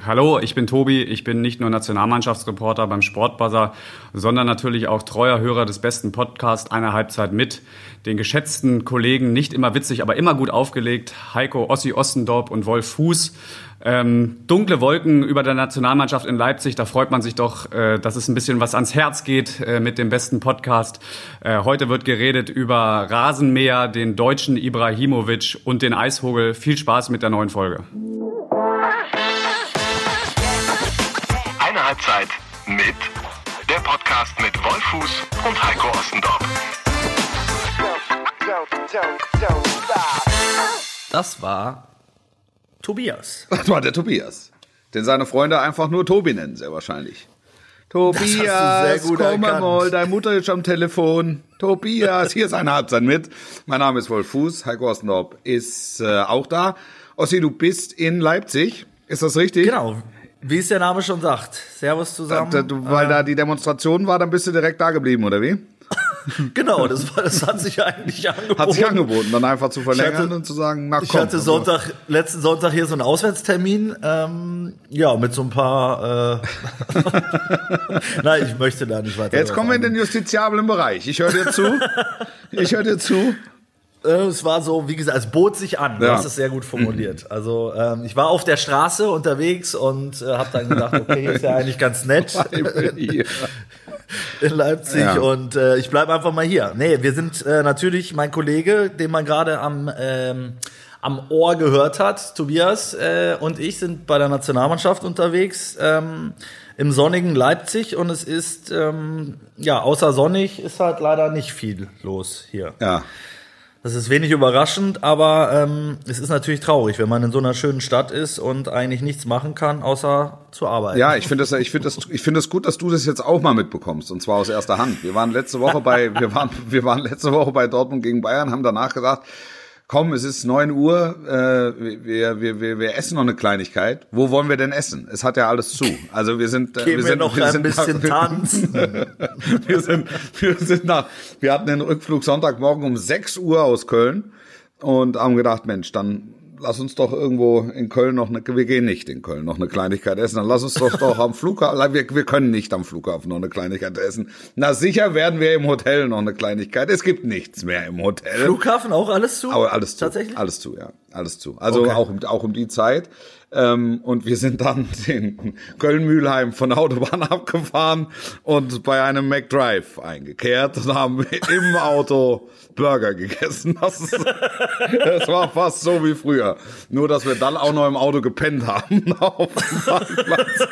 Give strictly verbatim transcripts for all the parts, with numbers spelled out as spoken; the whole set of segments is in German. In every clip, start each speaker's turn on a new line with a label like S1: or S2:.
S1: Hallo, ich bin Tobi. Ich bin nicht nur Nationalmannschaftsreporter beim Sportbuzzer, sondern natürlich auch treuer Hörer des besten Podcasts Eine Halbzeit mit. Den geschätzten Kollegen, nicht immer witzig, aber immer gut aufgelegt, Heiko Ossi Ostendorp und Wolf Fuß. Ähm, dunkle Wolken über der Nationalmannschaft in Leipzig, da freut man sich doch, äh, dass es ein bisschen was ans Herz geht äh, mit dem besten Podcast. Äh, heute wird geredet über Rasenmäher, den deutschen Ibrahimovic und den Eisvogel. Viel Spaß mit der neuen Folge.
S2: Eine Halbzeit mit der Podcast mit Wolf Fuß und Heiko Ostendorp.
S3: Das war Tobias.
S4: Das war der Tobias. Den seine Freunde einfach nur Tobi nennen, sehr wahrscheinlich. Tobias, komm erkannt. mal, deine Mutter ist am Telefon. Tobias, hier ist eine Halbzeit mit. Mein Name ist Wolf Fuß, Heiko Ostendorp ist äh, auch da. Ossi, du bist in Leipzig, ist das richtig?
S3: Genau, wie es der Name schon sagt. Servus zusammen.
S4: Da, da, weil äh, da die Demonstration war, dann bist du direkt da geblieben, oder wie?
S3: Genau, das, war, das hat sich eigentlich angeboten.
S4: Hat sich angeboten, dann einfach zu verlängern
S3: hatte,
S4: und zu sagen, na komm.
S3: Ich hatte Sonntag, letzten Sonntag hier so einen Auswärtstermin, ähm, ja, mit so ein paar, äh, nein, ich möchte da nicht weiter.
S4: Jetzt kommen wir in den justiziablen Bereich. Ich höre dir zu. Ich höre dir zu.
S3: Es war so, wie gesagt, es bot sich an. Du
S4: ja.
S3: hast es sehr gut formuliert. Also ähm, ich war auf der Straße unterwegs und äh, habe dann gedacht, okay, ist ja eigentlich ganz nett in Leipzig ja. und äh, ich bleib einfach mal hier. Nee, wir sind äh, natürlich mein Kollege, den man gerade am ähm, am Ohr gehört hat, Tobias äh, und ich sind bei der Nationalmannschaft unterwegs ähm, im sonnigen Leipzig und es ist ähm, ja außer sonnig ist halt leider nicht viel los hier.
S4: Ja.
S3: Das ist wenig überraschend, aber ähm, es ist natürlich traurig, wenn man in so einer schönen Stadt ist und eigentlich nichts machen kann, außer zu arbeiten.
S4: Ja, ich finde das, ich finde das, ich finde es gut, dass du das jetzt auch mal mitbekommst, und zwar aus erster Hand. Wir waren letzte Woche bei, wir waren, wir waren letzte Woche bei Dortmund gegen Bayern, haben danach gesagt, komm, es ist neun Uhr, äh, wir, wir, wir, wir essen noch eine Kleinigkeit. Wo wollen wir denn essen? Es hat ja alles zu. Also wir sind,
S3: Gehen
S4: wir
S3: wir
S4: sind
S3: noch
S4: wir
S3: ein
S4: sind
S3: bisschen
S4: nach,
S3: tanzen.
S4: wir sind, wir sind nach, wir hatten den Rückflug Sonntagmorgen um sechs Uhr aus Köln und haben gedacht, Mensch, dann lass uns doch irgendwo in Köln noch eine, wir gehen nicht in Köln noch eine Kleinigkeit essen, dann lass uns doch doch am Flughafen, wir, wir können nicht am Flughafen noch eine Kleinigkeit essen. Na sicher werden wir im Hotel noch eine Kleinigkeit, es gibt nichts mehr im Hotel.
S3: Flughafen auch alles zu?
S4: Aber alles zu.
S3: Tatsächlich?
S4: Alles zu, ja. Alles zu. Also
S3: okay.
S4: auch, auch um die Zeit. Ähm, und wir sind dann in Köln-Mühlheim von der Autobahn abgefahren und bei einem McDrive eingekehrt und haben im Auto Burger gegessen. Das, ist, das war fast so wie früher. Nur, dass wir dann auch noch im Auto gepennt haben auf dem Parkplatz.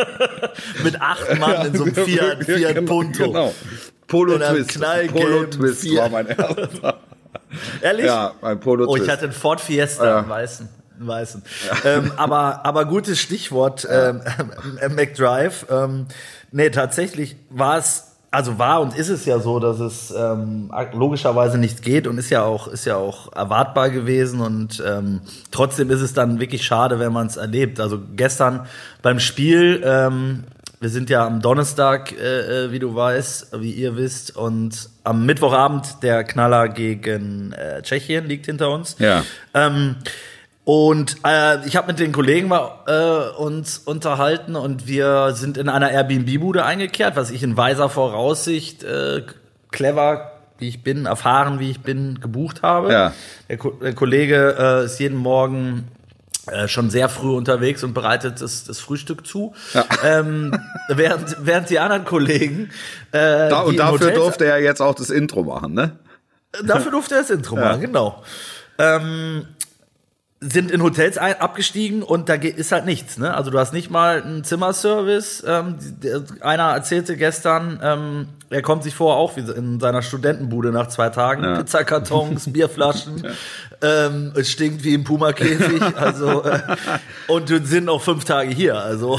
S3: Mit acht Mann in so einem Fiat, Fiat
S4: genau,
S3: Punto.
S4: Genau. Polo Twist. Polo Twist
S3: Fiat.
S4: war mein erster.
S3: Ehrlich?
S4: Ja, ein Polo Twist.
S3: Oh, ich hatte einen Ford Fiesta,
S4: ja.
S3: einen weißen. Einen weißen. Ja. Ähm, aber, aber gutes Stichwort, ähm, äh, McDrive. Ähm, nee, tatsächlich war es, also war und ist es ja so, dass es ähm, logischerweise nicht geht und ist ja auch, ist ja auch erwartbar gewesen und ähm, trotzdem ist es dann wirklich schade, wenn man es erlebt. Also gestern beim Spiel, ähm, wir sind ja am Donnerstag, äh, wie du weißt, wie ihr wisst, und am Mittwochabend der Knaller gegen äh, Tschechien liegt hinter uns.
S4: Ja.
S3: Ähm, und äh, ich habe mit den Kollegen mal, äh, uns unterhalten und wir sind in einer Airbnb-Bude eingekehrt, was ich in weiser Voraussicht, äh, clever wie ich bin, erfahren wie ich bin, gebucht habe.
S4: Ja.
S3: Der, Ko- der Kollege äh, ist jeden Morgen Äh, schon sehr früh unterwegs und bereitet das, das Frühstück zu. Ja. Ähm, während, während die anderen Kollegen äh,
S4: da, Und dafür
S3: Hotels,
S4: durfte er jetzt auch das Intro machen, ne?
S3: Dafür durfte er das Intro
S4: ja.
S3: machen, genau. Ähm, sind in Hotels ein, abgestiegen und da geht, ist halt nichts, ne? Also du hast nicht mal einen Zimmerservice. Ähm, der, einer erzählte gestern, ähm, er kommt sich vor auch wie in seiner Studentenbude nach zwei Tagen. Ja. Pizzakartons, Bierflaschen. Ja. Ähm, es stinkt wie im Puma-Käfig. Also äh, und wir sind auch fünf Tage hier. Also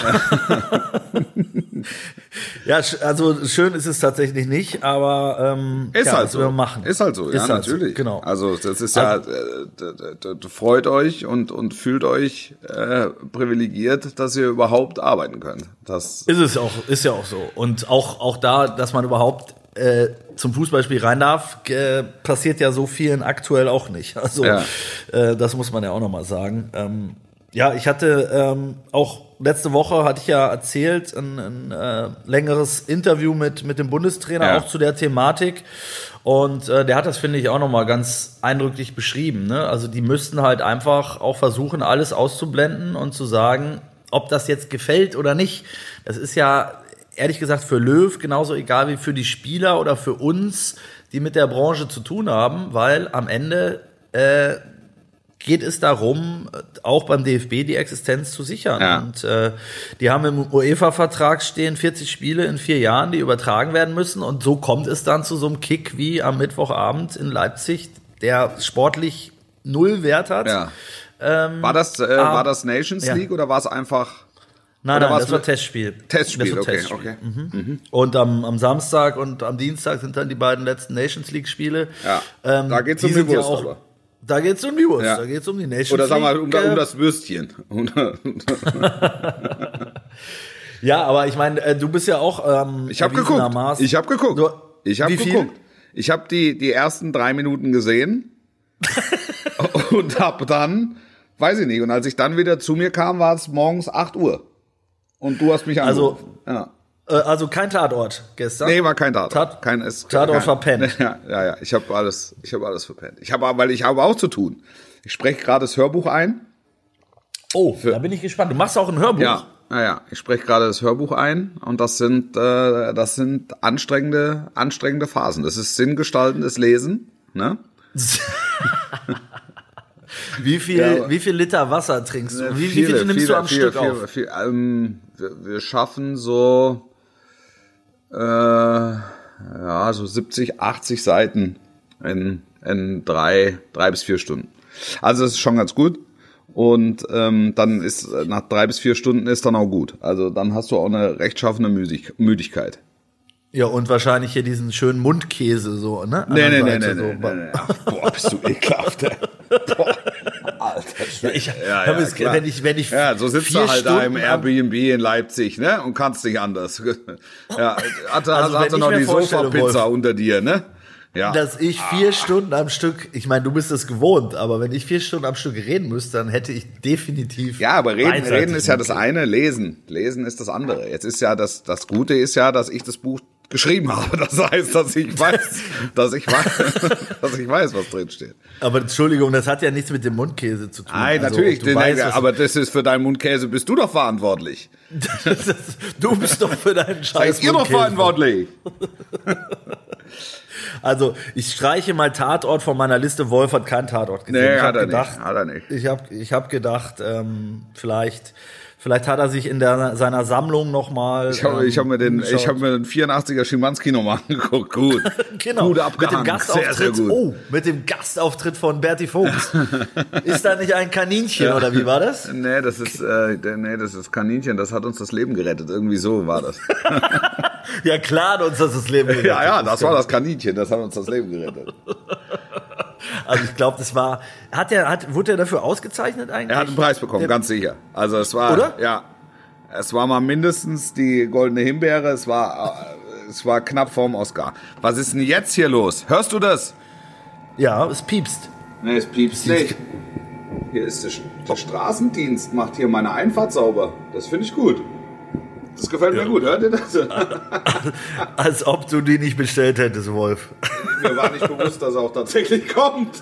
S3: ja, also schön ist es tatsächlich nicht, aber ähm,
S4: ist
S3: ja,
S4: halt
S3: was
S4: so.
S3: wir machen.
S4: Ist halt so,
S3: ist
S4: ja,
S3: halt
S4: natürlich.
S3: So, genau.
S4: Also das ist ja, also, äh, freut euch und und fühlt euch äh, privilegiert, dass ihr überhaupt arbeiten könnt. Das
S3: ist es auch, ist ja auch so. Und auch auch da, dass man überhaupt äh, zum Fußballspiel rein darf, äh, passiert ja so vielen aktuell auch nicht. Also
S4: ja.
S3: äh, das muss man ja auch nochmal sagen. Ähm, Ja, ich hatte ähm, auch letzte Woche, hatte ich ja erzählt, ein, ein äh, längeres Interview mit, mit dem Bundestrainer,
S4: Ja.
S3: auch zu der Thematik. Und äh, der hat das, finde ich, auch nochmal ganz eindrücklich beschrieben. Ne? Also die müssten halt einfach auch versuchen, alles auszublenden und zu sagen, ob das jetzt gefällt oder nicht. Das ist ja, ehrlich gesagt, für Löw genauso egal wie für die Spieler oder für uns, die mit der Branche zu tun haben, weil am Ende äh, geht es darum, auch beim D F B die Existenz zu sichern.
S4: Ja.
S3: Und äh, die haben im UEFA-Vertrag stehen vierzig Spiele in vier Jahren, die übertragen werden müssen. Und so kommt es dann zu so einem Kick wie am Mittwochabend in Leipzig, der sportlich null Wert hat.
S4: Ja.
S3: Ähm,
S4: War das, äh,
S3: ah,
S4: war das Nations
S3: ja.
S4: League oder war es einfach
S3: Nein,
S4: oder
S3: nein,
S4: war's
S3: das war
S4: mit-
S3: Testspiel.
S4: Testspiel?
S3: Das war
S4: Okay,
S3: Testspiel.
S4: okay.
S3: Mhm. Und am, am Samstag und am Dienstag sind dann die beiden letzten Nations League-Spiele.
S4: Ja,
S3: Ähm,
S4: da geht's um
S3: die
S4: die
S3: sind ja
S4: Wurst
S3: auch,
S4: aber.
S3: Da geht's um die Wurst,
S4: Ja.
S3: da geht's um die Nations
S4: Oder sag mal,
S3: League.
S4: um, da- um
S3: äh,
S4: das Würstchen.
S3: Ja, aber ich meine, äh, du bist ja auch ähm,
S4: Ich habe geguckt.
S3: erwiesenermaßen-
S4: Ich habe geguckt.
S3: Du,
S4: Ich habe
S3: wie viel?
S4: geguckt. Ich habe die die ersten drei Minuten gesehen und habe dann, weiß ich nicht. Und als ich dann wieder zu mir kam, war es morgens acht Uhr. Und du hast mich
S3: Also-
S4: angerufen. Ja.
S3: Äh, also kein Tatort gestern.
S4: Nee, war kein Tatort.
S3: Tat-
S4: kein, es,
S3: Tatort
S4: kein,
S3: verpennt.
S4: Ja, ja, ja. Ich habe alles, ich habe alles verpennt. Ich habe, weil ich habe auch zu tun. Ich spreche gerade das Hörbuch ein.
S3: Oh, da bin ich gespannt. Du machst auch ein Hörbuch.
S4: Ja, ja, ja. Ich spreche gerade das Hörbuch ein und das sind, äh, das sind anstrengende, anstrengende Phasen. Das ist sinngestaltendes Lesen, ne?
S3: Wie viel,
S4: Ja,
S3: wie viel Liter Wasser trinkst du? Wie, wie
S4: Viele,
S3: viel nimmst
S4: viele,
S3: du am
S4: viele,
S3: Stück
S4: viele,
S3: auf?
S4: Viele, ähm, wir, wir schaffen so, äh, ja, so siebzig, achtzig Seiten in, in drei, drei bis vier Stunden. Also das ist schon ganz gut. Und ähm, dann ist nach drei bis vier Stunden ist dann auch gut. Also dann hast du auch eine rechtschaffene Müdig- Müdigkeit.
S3: Ja, und wahrscheinlich hier diesen schönen Mundkäse so, ne? An
S4: Nee,
S3: der
S4: nee, nee,
S3: Seite
S4: nee,
S3: so.
S4: nee, nee, nee. Ach, boah, bist du ekelhaft, ey. Boah. Alter,
S3: Ja, ich,
S4: ja,
S3: hab
S4: ja,
S3: es-
S4: klar.
S3: wenn ich, wenn ich
S4: Ja, so sitzt
S3: vier
S4: du halt da im
S3: Stunden am-
S4: Airbnb in Leipzig, ne? Und kannst nicht anders. Ja, hatte,
S3: Also, wenn
S4: hatte
S3: ich
S4: noch
S3: mir
S4: die
S3: vorstelle,
S4: Sofa-Pizza
S3: Wolf,
S4: unter dir, ne? Ja.
S3: dass ich vier Stunden am Stück, ich meine, du bist es gewohnt, aber wenn ich vier Stunden am Stück reden müsste, dann hätte ich definitiv.
S4: Ja, aber reden,
S3: beidseitig
S4: reden ist ja das
S3: Mundkäse.
S4: eine, lesen. Lesen ist das andere. Jetzt ist ja das, das Gute ist ja, dass ich das Buch geschrieben habe. Das heißt, dass ich weiß, dass ich weiß, dass ich weiß, was drin steht.
S3: Aber Entschuldigung, das hat ja nichts mit dem Mundkäse zu tun.
S4: Nein,
S3: Also,
S4: natürlich,
S3: ob du
S4: den,
S3: weißt, was-
S4: aber das ist für deinen Mundkäse bist du doch verantwortlich.
S3: du bist doch für deinen Scheiß
S4: Seid ihr doch
S3: Mundkäse
S4: verantwortlich?
S3: Also, ich streiche mal Tatort von meiner Liste. Wolf hat keinen Tatort gesehen.
S4: Nee,
S3: ich
S4: hat
S3: hab
S4: er
S3: gedacht,
S4: nicht. Hat er nicht.
S3: Ich habe ich hab gedacht, ähm, vielleicht, vielleicht hat er sich in der, seiner Sammlung nochmal.
S4: Ich habe ich hab mir den, ich
S3: umgeschaut.
S4: habe mir den vierundachtziger Schimanski nochmal angeguckt. Gut.
S3: Genau,
S4: Gut
S3: mit
S4: abgehangen.
S3: dem Gastauftritt.
S4: Sehr, sehr gut.
S3: Oh, mit dem Gastauftritt von Berti Vogt. Ist da nicht ein Kaninchen oder wie war das?
S4: Nee, das ist, äh, der- nee, das ist Kaninchen, das hat uns das Leben gerettet. Irgendwie so war das.
S3: Ja klar, hat uns das das Leben gerettet.
S4: ja, ja, das war das Kaninchen, das hat uns das Leben gerettet.
S3: Also ich glaube, das war. Hat er, hat, wurde er dafür ausgezeichnet eigentlich?
S4: Er hat einen Preis bekommen,
S3: Der-
S4: ganz sicher. Also es war,
S3: Oder?
S4: ja, es war mal mindestens die goldene Himbeere, es war, äh, es war knapp vorm Oscar. Was ist denn jetzt hier los? Hörst du das?
S3: Ja, es piepst.
S4: Nee, es piepst nicht. Hier ist der, der Straßendienst, macht hier meine Einfahrt sauber. Das finde ich gut. Das gefällt mir gut, hört ihr das?
S3: Als ob du die nicht bestellt hättest, Wolf.
S4: Mir war nicht bewusst, dass er auch tatsächlich kommt.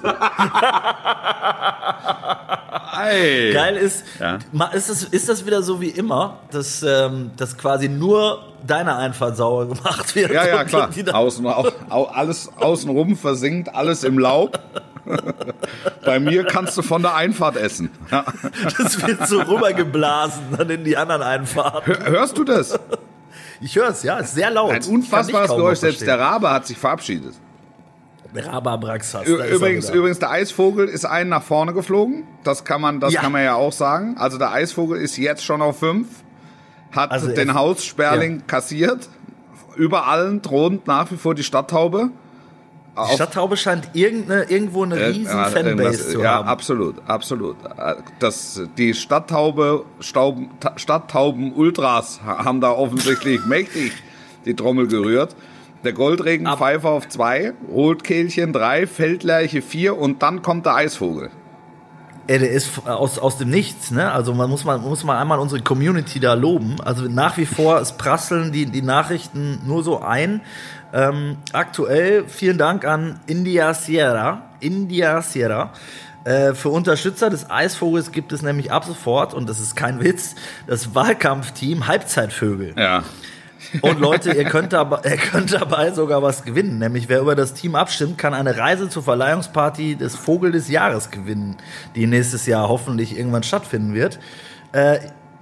S4: Ey.
S3: Geil ist,
S4: Ja.
S3: ma- ist, das, ist das wieder so wie immer, dass, ähm, dass quasi nur deine Einfahrt sauer gemacht wird?
S4: Ja, ja,
S3: und
S4: klar.
S3: die dann-
S4: Außen, au, au, alles außenrum versinkt, alles im Laub. Bei mir kannst du von der Einfahrt essen. Ja.
S3: Das wird so rübergeblasen dann in die anderen Einfahrten.
S4: Hör- Hörst du das?
S3: Ich höre es, ja, ist sehr laut.
S4: Ein
S3: Kann
S4: unfassbares
S3: ich kaum
S4: Geräusch.
S3: noch
S4: Selbst der
S3: verstehen.
S4: Rabe hat sich verabschiedet.
S3: Rababraxas.
S4: Ü-
S3: da ist er
S4: Übrigens,
S3: wieder.
S4: übrigens, der Eisvogel ist einen nach vorne geflogen. Das kann man, das
S3: Ja.
S4: kann man ja auch sagen. Also der Eisvogel ist jetzt schon auf fünf. Hat
S3: Also
S4: den
S3: er-
S4: Haussperling kassiert. Über allen thront nach wie vor die Stadttaube.
S3: Die Stadttaube scheint irgendeine, irgendwo eine riesen
S4: Ja,
S3: Fanbase
S4: irgendwas-
S3: zu
S4: ja,
S3: haben.
S4: absolut, absolut. Das, die Stadttaube, Stauben, Ta- Stadttauben-Ultras haben da offensichtlich mächtig die Trommel gerührt. Der Goldregenpfeifer auf zwei, Rotkehlchen drei, Feldlerche vier und dann kommt der Eisvogel.
S3: Ey, der ist aus, aus dem Nichts, ne? Also man muss mal, muss mal einmal unsere Community da loben. Also nach wie vor, es prasseln die, die Nachrichten nur so ein. Ähm, aktuell vielen Dank an India Sierra. India Sierra. Äh, für Unterstützer des Eisvogels gibt es nämlich ab sofort, und das ist kein Witz, das Wahlkampfteam Halbzeitvögel.
S4: Ja.
S3: Und Leute, ihr könnt, dabei, ihr könnt dabei sogar was gewinnen. Nämlich, wer über das Team abstimmt, kann eine Reise zur Verleihungsparty des Vogel des Jahres gewinnen, die nächstes Jahr hoffentlich irgendwann stattfinden wird. Äh,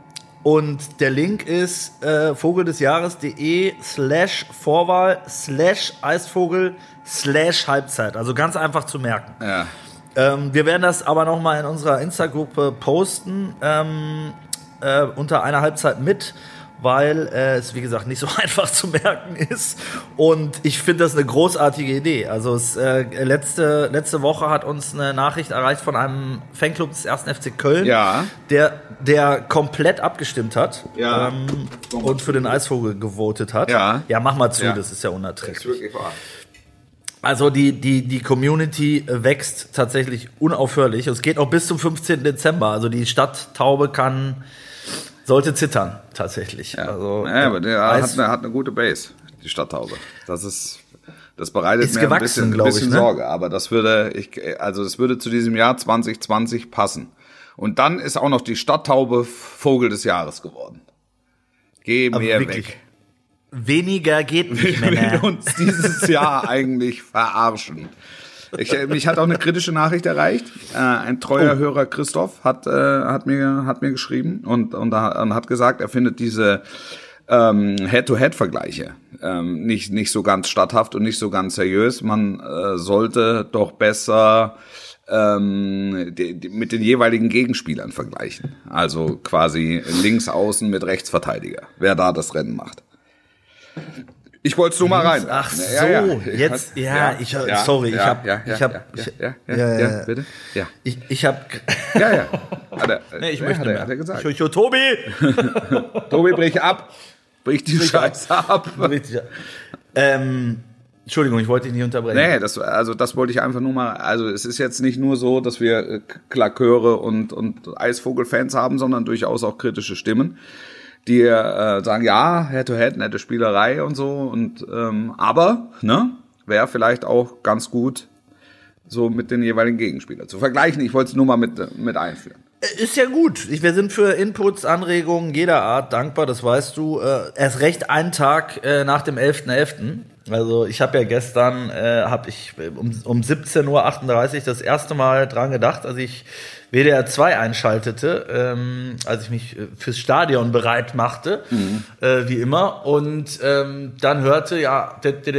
S3: und der Link ist äh, vogeldesjahres.de slash Vorwahl slash Eisvogel slash Halbzeit. Also ganz einfach zu merken.
S4: Ja.
S3: Ähm, wir werden das aber nochmal in unserer Insta-Gruppe posten, ähm, äh, unter einer Halbzeit mit, weil äh, es, wie gesagt, nicht so einfach zu merken ist. Und ich finde das eine großartige Idee. Also es, äh, letzte, letzte Woche hat uns eine Nachricht erreicht von einem Fanclub des ersten F C Köln,
S4: Ja.
S3: der, der komplett abgestimmt hat
S4: Ja.
S3: ähm, und für den Eisvogel gewotet hat.
S4: Ja.
S3: Ja, mach mal zu,
S4: Ja.
S3: das ist ja unerträglich.
S4: Das ist wirklich wahr.
S3: Also die, die, die Community wächst tatsächlich unaufhörlich. Es geht auch bis zum fünfzehnten Dezember. Also die Stadttaube kann, sollte zittern, tatsächlich.
S4: Ja.
S3: Also,
S4: ja, aber der
S3: Eis-
S4: hat eine, hat eine gute Base, die Stadttaube. Das ist, das bereitet
S3: Ist
S4: mir
S3: gewachsen,
S4: ein bisschen, ein
S3: glaub ich,
S4: bisschen
S3: ne?
S4: Sorge. Aber das würde, ich, also das würde zu diesem Jahr zwanzig zwanzig passen. Und dann ist auch noch die Stadttaube Vogel des Jahres geworden. Geh
S3: Aber
S4: mir
S3: wirklich.
S4: weg.
S3: Weniger geht nicht,
S4: Wir
S3: Männer.
S4: will uns dieses Jahr eigentlich verarschen. Ich, äh, mich hat auch eine kritische Nachricht erreicht. Äh, ein treuer
S3: Oh.
S4: Hörer Christoph hat, äh, hat mir, hat mir geschrieben und, und, und hat gesagt, er findet diese ähm, Head-to-Head-Vergleiche ähm, nicht, nicht so ganz statthaft und nicht so ganz seriös. Man äh, sollte doch besser ähm, die, die, mit den jeweiligen Gegenspielern vergleichen. Also quasi links außen mit Rechtsverteidiger, wer da das Rennen macht. Ich wollte es nur mal rein.
S3: Ach so,
S4: Ja, ja.
S3: jetzt, ja, ich, sorry, ich
S4: ja,
S3: hab,
S4: ja, ja,
S3: ich hab,
S4: ja,
S3: ich,
S4: ja, ja,
S3: ja,
S4: ja,
S3: ja.
S4: ja, bitte, ja,
S3: ich, ich hab,
S4: ja, ja. Hat er,
S3: nee, ich
S4: ja,
S3: möchte
S4: hat er,
S3: mehr.
S4: hat er gesagt.
S3: Ich, ich, Tobi!
S4: Tobi, brich ab, brich die Scheiße ab.
S3: Richtig. Ähm, Entschuldigung, ich wollte dich nicht unterbrechen.
S4: Nee, das, also das wollte ich einfach nur mal, also es ist jetzt nicht nur so, dass wir äh, Klaköre und, und Eisvogelfans haben, sondern durchaus auch kritische Stimmen, die äh, sagen, ja, Head-to-Head, nette Spielerei und so, und ähm, aber, ne, wäre vielleicht auch ganz gut, so mit den jeweiligen Gegenspielern zu vergleichen. Ich wollte es nur mal mit, mit einführen.
S3: Ist ja gut. Ich, wir sind für Inputs, Anregungen jeder Art dankbar, das weißt du. Äh, erst recht einen Tag äh, nach dem elften elften Also ich habe ja gestern, äh, habe ich um, um siebzehn Uhr achtunddreißig das erste Mal dran gedacht, als ich W D R zwei einschaltete, ähm, als ich mich äh, fürs Stadion bereit machte, mhm. äh, wie immer. Und ähm, dann hörte, ja, und ich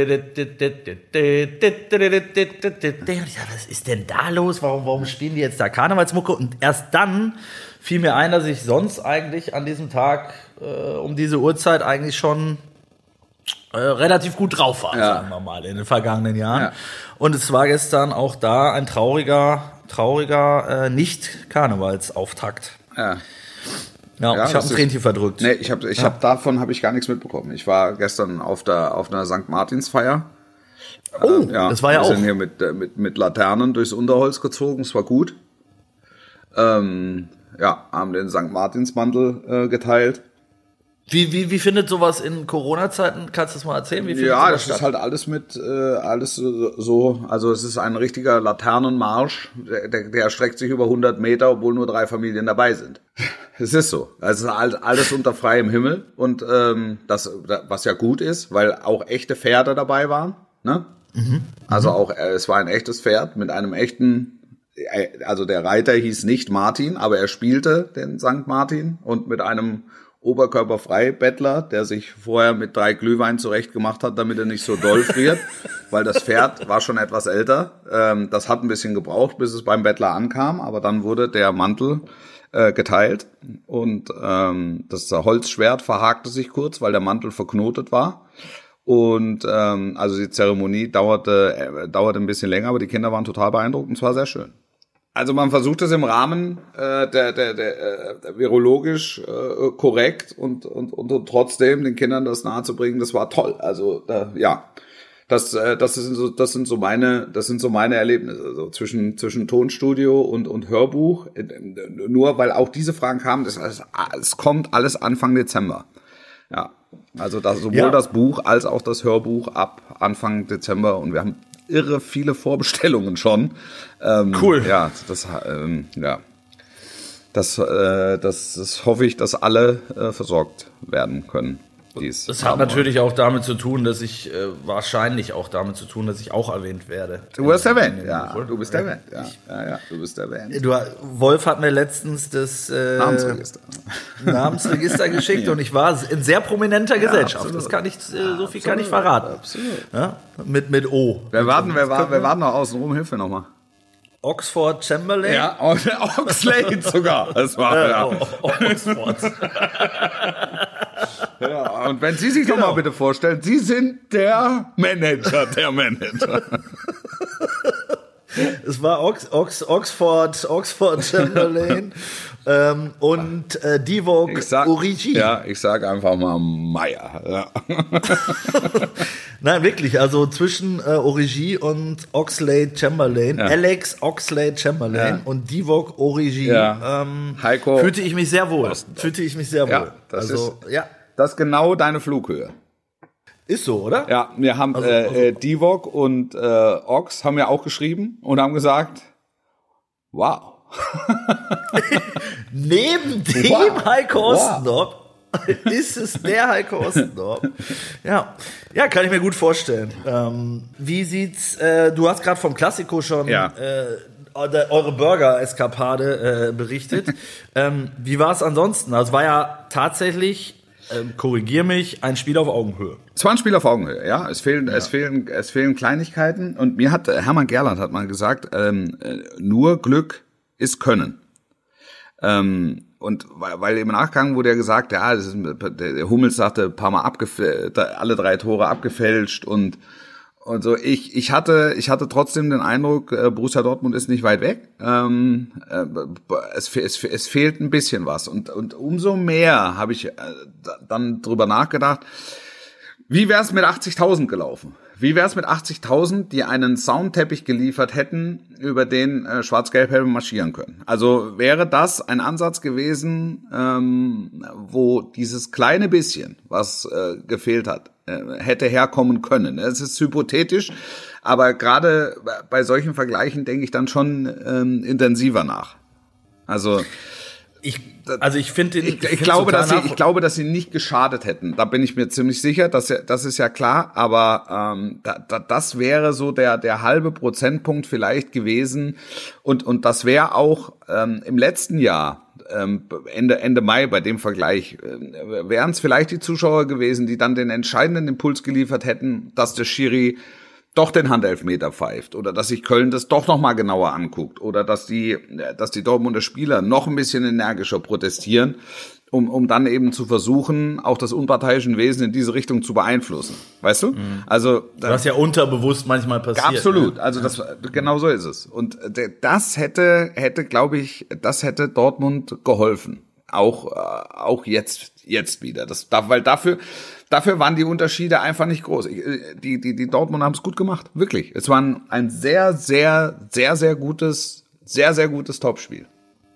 S3: dachte, was ist denn da los? Warum, warum spielen die jetzt da Karnevalsmucke? Und erst dann fiel mir ein, dass ich sonst eigentlich an diesem Tag äh, um diese Uhrzeit eigentlich schon äh, relativ gut drauf war,
S4: Ja.
S3: sagen wir mal, in den vergangenen Jahren.
S4: Ja.
S3: Und es war gestern auch da ein trauriger, trauriger äh, Nicht-Karnevalsauftakt.
S4: Ja.
S3: Ja,
S4: Ja,
S3: ich
S4: das
S3: habe ein
S4: ist-
S3: Tränchen verdrückt.
S4: Nee, ich habe ich
S3: Ja.
S4: hab davon habe ich gar nichts mitbekommen. Ich war gestern auf der auf einer Sankt Martinsfeier.
S3: Oh,
S4: Ähm, ja,
S3: das war ja
S4: wir
S3: auch.
S4: sind hier mit, äh, mit, mit Laternen durchs Unterholz gezogen, es war gut. Ähm, ja, haben den Sankt Martinsmantel äh, geteilt.
S3: Wie, wie, wie findet sowas in Corona-Zeiten? Kannst du das mal erzählen? Wie findet
S4: Ja,
S3: sowas
S4: das
S3: statt?
S4: ist halt alles mit, äh, alles so- so, also es ist ein richtiger Laternenmarsch, der, der, der erstreckt sich über hundert Meter, obwohl nur drei Familien dabei sind. Es ist so. Also es ist alles unter freiem Himmel und ähm, das, was ja gut ist, weil auch echte Pferde dabei waren, ne? Also auch, äh, es war ein echtes Pferd mit einem echten, äh, also der Reiter hieß nicht Martin, aber er spielte den Sankt Martin und mit einem Oberkörperfrei-Bettler, der sich vorher mit drei Glühwein zurechtgemacht hat, damit er nicht so doll friert, weil das Pferd war schon etwas älter. Ähm, das hat ein bisschen gebraucht, bis es beim Bettler ankam, aber dann wurde der Mantel äh, geteilt und ähm, das Holzschwert verhakte sich kurz, weil der Mantel verknotet war. Und ähm, also die Zeremonie dauerte äh, dauerte ein bisschen länger, aber die Kinder waren total beeindruckt und es war sehr schön. Also man versucht es im Rahmen äh, der, der, der, äh, der virologisch äh, korrekt und, und, und, und trotzdem den Kindern das nahezubringen. Das war toll. Also da, ja, Das, äh, das sind so, das sind so meine, das sind so meine Erlebnisse. Also zwischen zwischen Tonstudio und und Hörbuch. Nur weil auch diese Fragen kamen, das, es, es kommt alles Anfang Dezember. Ja, also das, sowohl ja. das Buch als auch das Hörbuch ab Anfang Dezember und wir haben irre viele Vorbestellungen schon. Ähm,
S3: cool.
S4: Ja, das, ähm, ja, das, äh, das, das hoffe ich, dass alle äh, versorgt werden können. Dies
S3: das hat natürlich auch damit zu tun, dass ich äh, wahrscheinlich auch damit zu tun, dass ich auch erwähnt werde.
S4: Du wirst erwähnt, ja. Du bist erwähnt, ja. Ja, ja, du bist erwähnt.
S3: Du, Wolf hat mir letztens das äh,
S4: Namensregister,
S3: Namensregister geschickt ja. und ich war in sehr prominenter
S4: ja,
S3: Gesellschaft.
S4: Absolut.
S3: Das kann ich, äh, so
S4: absolut.
S3: viel kann ich verraten.
S4: Absolut.
S3: Ja? Mit mit O.
S4: Wer warten, wer war, wer warten noch außen rum? Hilf mir nochmal.
S3: Oxford Chamberlain.
S4: Ja, Oxlade sogar. Das war
S3: äh,
S4: ja.
S3: oh, Oxford.
S4: Ja, und wenn Sie sich genau. doch mal bitte vorstellen, Sie sind der Manager, der Manager.
S3: Es war Ox, Ox, Oxford, Oxford Chamberlain ähm, und äh, Divock Origi.
S4: Ja, ich sage einfach mal Meier. Ja.
S3: Nein, wirklich, also zwischen äh, Origi und Oxlade Chamberlain, ja. Alex Oxlade Chamberlain ja. und Divock Origi,
S4: ja.
S3: ähm,
S4: Heiko
S3: fühlte ich mich sehr wohl. Fühlte ich mich sehr wohl.
S4: Ja, das
S3: also,
S4: ist,
S3: ja.
S4: Das ist genau deine Flughöhe.
S3: Ist so, oder?
S4: Ja, wir haben also, also, äh, Divock und äh, Ox haben ja auch geschrieben und haben gesagt, wow.
S3: Neben dem wow. Heiko Ostendorf wow. ist es der Heiko Ostendorf. Ja, ja, kann ich mir gut vorstellen. Ähm, wie sieht's? Äh, du hast gerade vom Klassiko schon
S4: ja.
S3: äh, eure Burger-Eskapade äh, berichtet. ähm, wie war es ansonsten? Also es war ja tatsächlich, ähm, korrigier mich, ein Spiel auf Augenhöhe.
S4: Es war ein Spiel auf Augenhöhe, ja. Es fehlen, ja. es fehlen, es fehlen Kleinigkeiten. Und mir hat Hermann Gerland hat mal gesagt, ähm, nur Glück ist Können. Ähm, und weil, weil im Nachgang wurde ja gesagt, ja, das ist, der Hummels sagte, ein paar Mal abgefälscht, alle drei Tore abgefälscht und und so. Ich ich hatte ich hatte trotzdem den Eindruck, äh, Borussia Dortmund ist nicht weit weg. Ähm, äh, es, es es fehlt ein bisschen was und und umso mehr habe ich äh, dann drüber nachgedacht. Wie wär's mit achtzigtausend gelaufen? Wie wär's mit achtzigtausend, die einen Soundteppich geliefert hätten, über den äh, Schwarz-Gelb-Helme marschieren können? Also wäre das ein Ansatz gewesen, ähm, wo dieses kleine bisschen, was äh, gefehlt hat, äh, hätte herkommen können. Es ist hypothetisch, aber gerade bei solchen Vergleichen denke ich dann schon ähm, intensiver nach. Also
S3: Ich, also ich finde,
S4: ich, ich, ich glaube, dass sie, ich glaube, dass sie nicht geschadet hätten. Da bin ich mir ziemlich sicher. Das, das ist ja klar. Aber ähm, da, da, das wäre so der der halbe Prozentpunkt vielleicht gewesen. Und und das wäre auch ähm, im letzten Jahr ähm, Ende Ende Mai bei dem Vergleich äh, wären es vielleicht die Zuschauer gewesen, die dann den entscheidenden Impuls geliefert hätten, dass der Schiri doch den Handelfmeter pfeift oder dass sich Köln das doch noch mal genauer anguckt oder dass die dass die Dortmunder Spieler noch ein bisschen energischer protestieren, um um dann eben zu versuchen, auch das unparteiische Wesen in diese Richtung zu beeinflussen. Weißt du? Mhm. Also
S3: was ja unterbewusst manchmal passiert.
S4: Absolut. Ne? Also das genau so ist es. Und das hätte hätte, glaube ich, das hätte Dortmund geholfen. Auch auch jetzt jetzt wieder. Das weil dafür Dafür waren die Unterschiede einfach nicht groß. Die, die, die Dortmunder haben es gut gemacht. Wirklich. Es war ein, ein sehr, sehr, sehr, sehr gutes, sehr, sehr gutes Topspiel.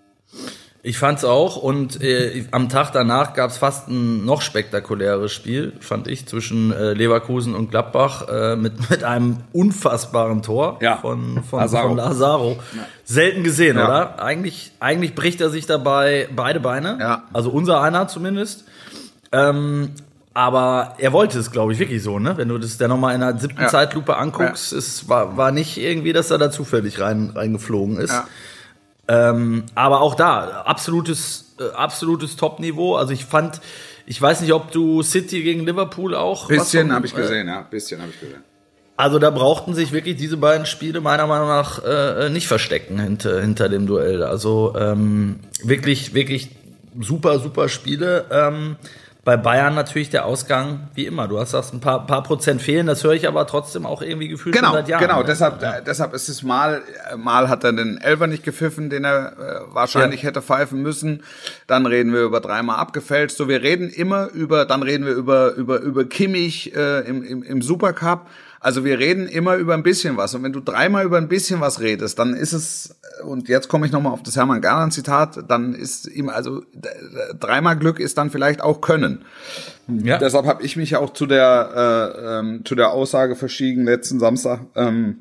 S3: Ich fand's auch. Und äh, am Tag danach gab's fast ein noch spektakuläres Spiel, fand ich, zwischen äh, Leverkusen und Gladbach äh, mit, mit einem unfassbaren Tor
S4: ja.
S3: von, von
S4: Lazaro.
S3: Von Lazaro. Ja. Selten gesehen,
S4: ja.
S3: oder? Eigentlich, eigentlich bricht er sich dabei beide Beine.
S4: Ja.
S3: Also unser einer zumindest. Ähm, Aber er wollte es, glaube ich, wirklich so, ne? Wenn du das dann nochmal in der siebten ja. Zeitlupe anguckst, ja. es war, war nicht irgendwie, dass er da zufällig rein, reingeflogen ist. Ja. Ähm, aber auch da, absolutes, äh, absolutes Top-Niveau. Also ich fand, ich weiß nicht, ob du City gegen Liverpool auch...
S4: Bisschen habe ich gesehen, äh, ja, bisschen habe ich gesehen.
S3: Also da brauchten sich wirklich diese beiden Spiele meiner Meinung nach äh, nicht verstecken hinter, hinter dem Duell. Also ähm, wirklich, wirklich super, super Spiele. Ähm, Bei Bayern natürlich der Ausgang wie immer. Du hast das ein paar, paar Prozent fehlen, das höre ich aber trotzdem auch irgendwie gefühlt
S4: genau,
S3: schon seit Jahren.
S4: Genau,
S3: ne?
S4: deshalb,
S3: ja.
S4: deshalb ist es mal, mal hat er den Elfer nicht gepfiffen, den er äh, wahrscheinlich ja. hätte pfeifen müssen. Dann reden wir über dreimal abgefälscht. So, wir reden immer über, dann reden wir über über über Kimmich äh, im, im im Supercup. Also wir reden immer über ein bisschen was. Und wenn du dreimal über ein bisschen was redest, dann ist es, und jetzt komme ich nochmal auf das Hermann Gerland-Zitat, dann ist ihm, also dreimal Glück ist dann vielleicht auch Können. Ja. Deshalb habe ich mich auch zu der, äh, ähm, zu der Aussage verschieden letzten Samstag, ähm,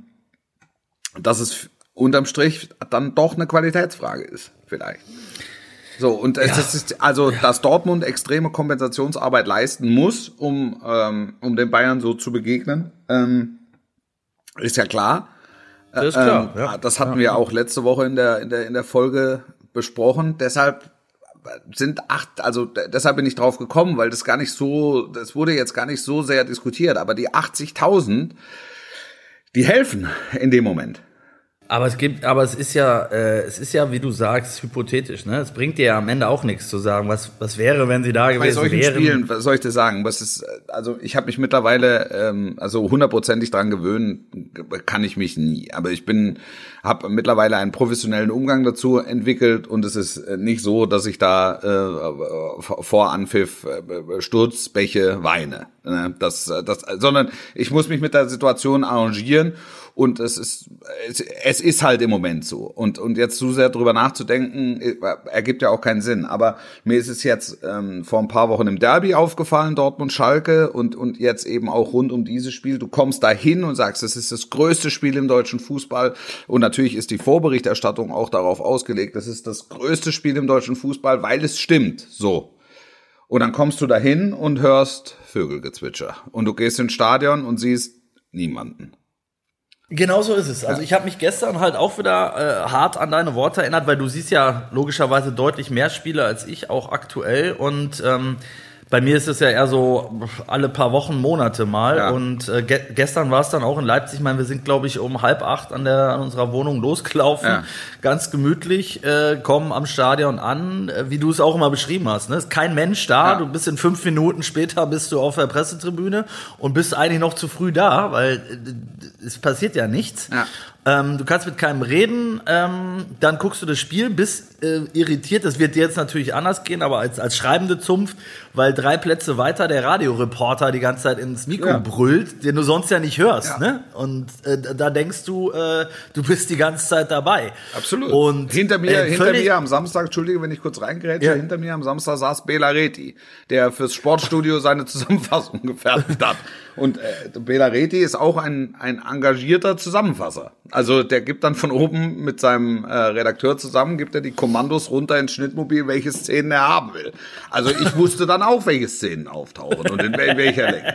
S4: dass es unterm Strich dann doch eine Qualitätsfrage ist, vielleicht. So, und ja. es ist also, ja. dass Dortmund extreme Kompensationsarbeit leisten muss, um ähm, um den Bayern so zu begegnen, ähm, ist ja klar.
S3: Das ist klar.
S4: Ähm, ja. Das hatten ja. wir auch letzte Woche in der in der in der Folge besprochen. Deshalb sind acht, also deshalb bin ich drauf gekommen, weil das gar nicht so, das wurde jetzt gar nicht so sehr diskutiert, aber die achtzigtausend, die helfen in dem Moment.
S3: Aber es gibt, aber es ist ja, äh, es ist ja, wie du sagst, hypothetisch, ne? Es bringt dir ja am Ende auch nichts zu sagen, was, was wäre, wenn sie da gewesen wären. Bei solchen
S4: wären. Spielen, was soll ich dir sagen? Was ist, also ich habe mich mittlerweile, ähm, also hundertprozentig dran gewöhnen, kann ich mich nie. Aber ich bin, habe mittlerweile einen professionellen Umgang dazu entwickelt und es ist nicht so, dass ich da äh, vor Anpfiff äh, Sturzbäche weine. Ne? Das, das, sondern ich muss mich mit der Situation arrangieren. Und es ist, es, es ist halt im Moment so. Und, und jetzt zu sehr drüber nachzudenken, ergibt ja auch keinen Sinn. Aber mir ist es jetzt ähm, vor ein paar Wochen im Derby aufgefallen, Dortmund-Schalke, und, und jetzt eben auch rund um dieses Spiel. Du kommst da hin und sagst, es ist das größte Spiel im deutschen Fußball. Und natürlich ist die Vorberichterstattung auch darauf ausgelegt, das ist das größte Spiel im deutschen Fußball, weil es stimmt. So. Und dann kommst du da hin und hörst Vögelgezwitscher. Und du gehst ins Stadion und siehst niemanden.
S3: Genau so ist es. Also ich habe mich gestern halt auch wieder äh, hart an deine Worte erinnert, weil du siehst ja logischerweise deutlich mehr Spiele als ich, auch aktuell. Und ähm, bei mir ist es ja eher so alle paar Wochen, Monate mal. Ja. Und äh, ge- gestern war es dann auch in Leipzig. Ich meine, wir sind, glaube ich, um halb acht an, der, an unserer Wohnung losgelaufen. Ja. Ganz gemütlich, äh, kommen am Stadion an, äh, wie du es auch immer beschrieben hast. Ne? Ist kein Mensch da. Ja. Du bist in fünf Minuten später bist du auf der Pressetribüne und bist eigentlich noch zu früh da, weil äh, es passiert ja nichts. Ja. Ähm, du kannst mit keinem reden, ähm, dann guckst du das Spiel, bist äh, irritiert. Das wird dir jetzt natürlich anders gehen, aber als, als schreibende Zunft, weil drei Plätze weiter der Radioreporter die ganze Zeit ins Mikro ja. brüllt, den du sonst ja nicht hörst. Ja. Ne? Und äh, da denkst du, äh, du bist die ganze Zeit dabei.
S4: Absolut.
S3: Und
S4: hinter mir, äh, hinter mir am Samstag, Entschuldige, wenn ich kurz reingrätsche, ja. hinter mir am Samstag saß Bela Reti, der fürs Sportstudio seine Zusammenfassung gefertigt hat. Und äh, Bela Reti ist auch ein, ein engagierter Zusammenfasser. Also der gibt dann von oben mit seinem äh, Redakteur zusammen, gibt er die Kommandos runter ins Schnittmobil, welche Szenen er haben will. Also ich wusste dann auch, welche Szenen auftauchen und in, in welcher Länge.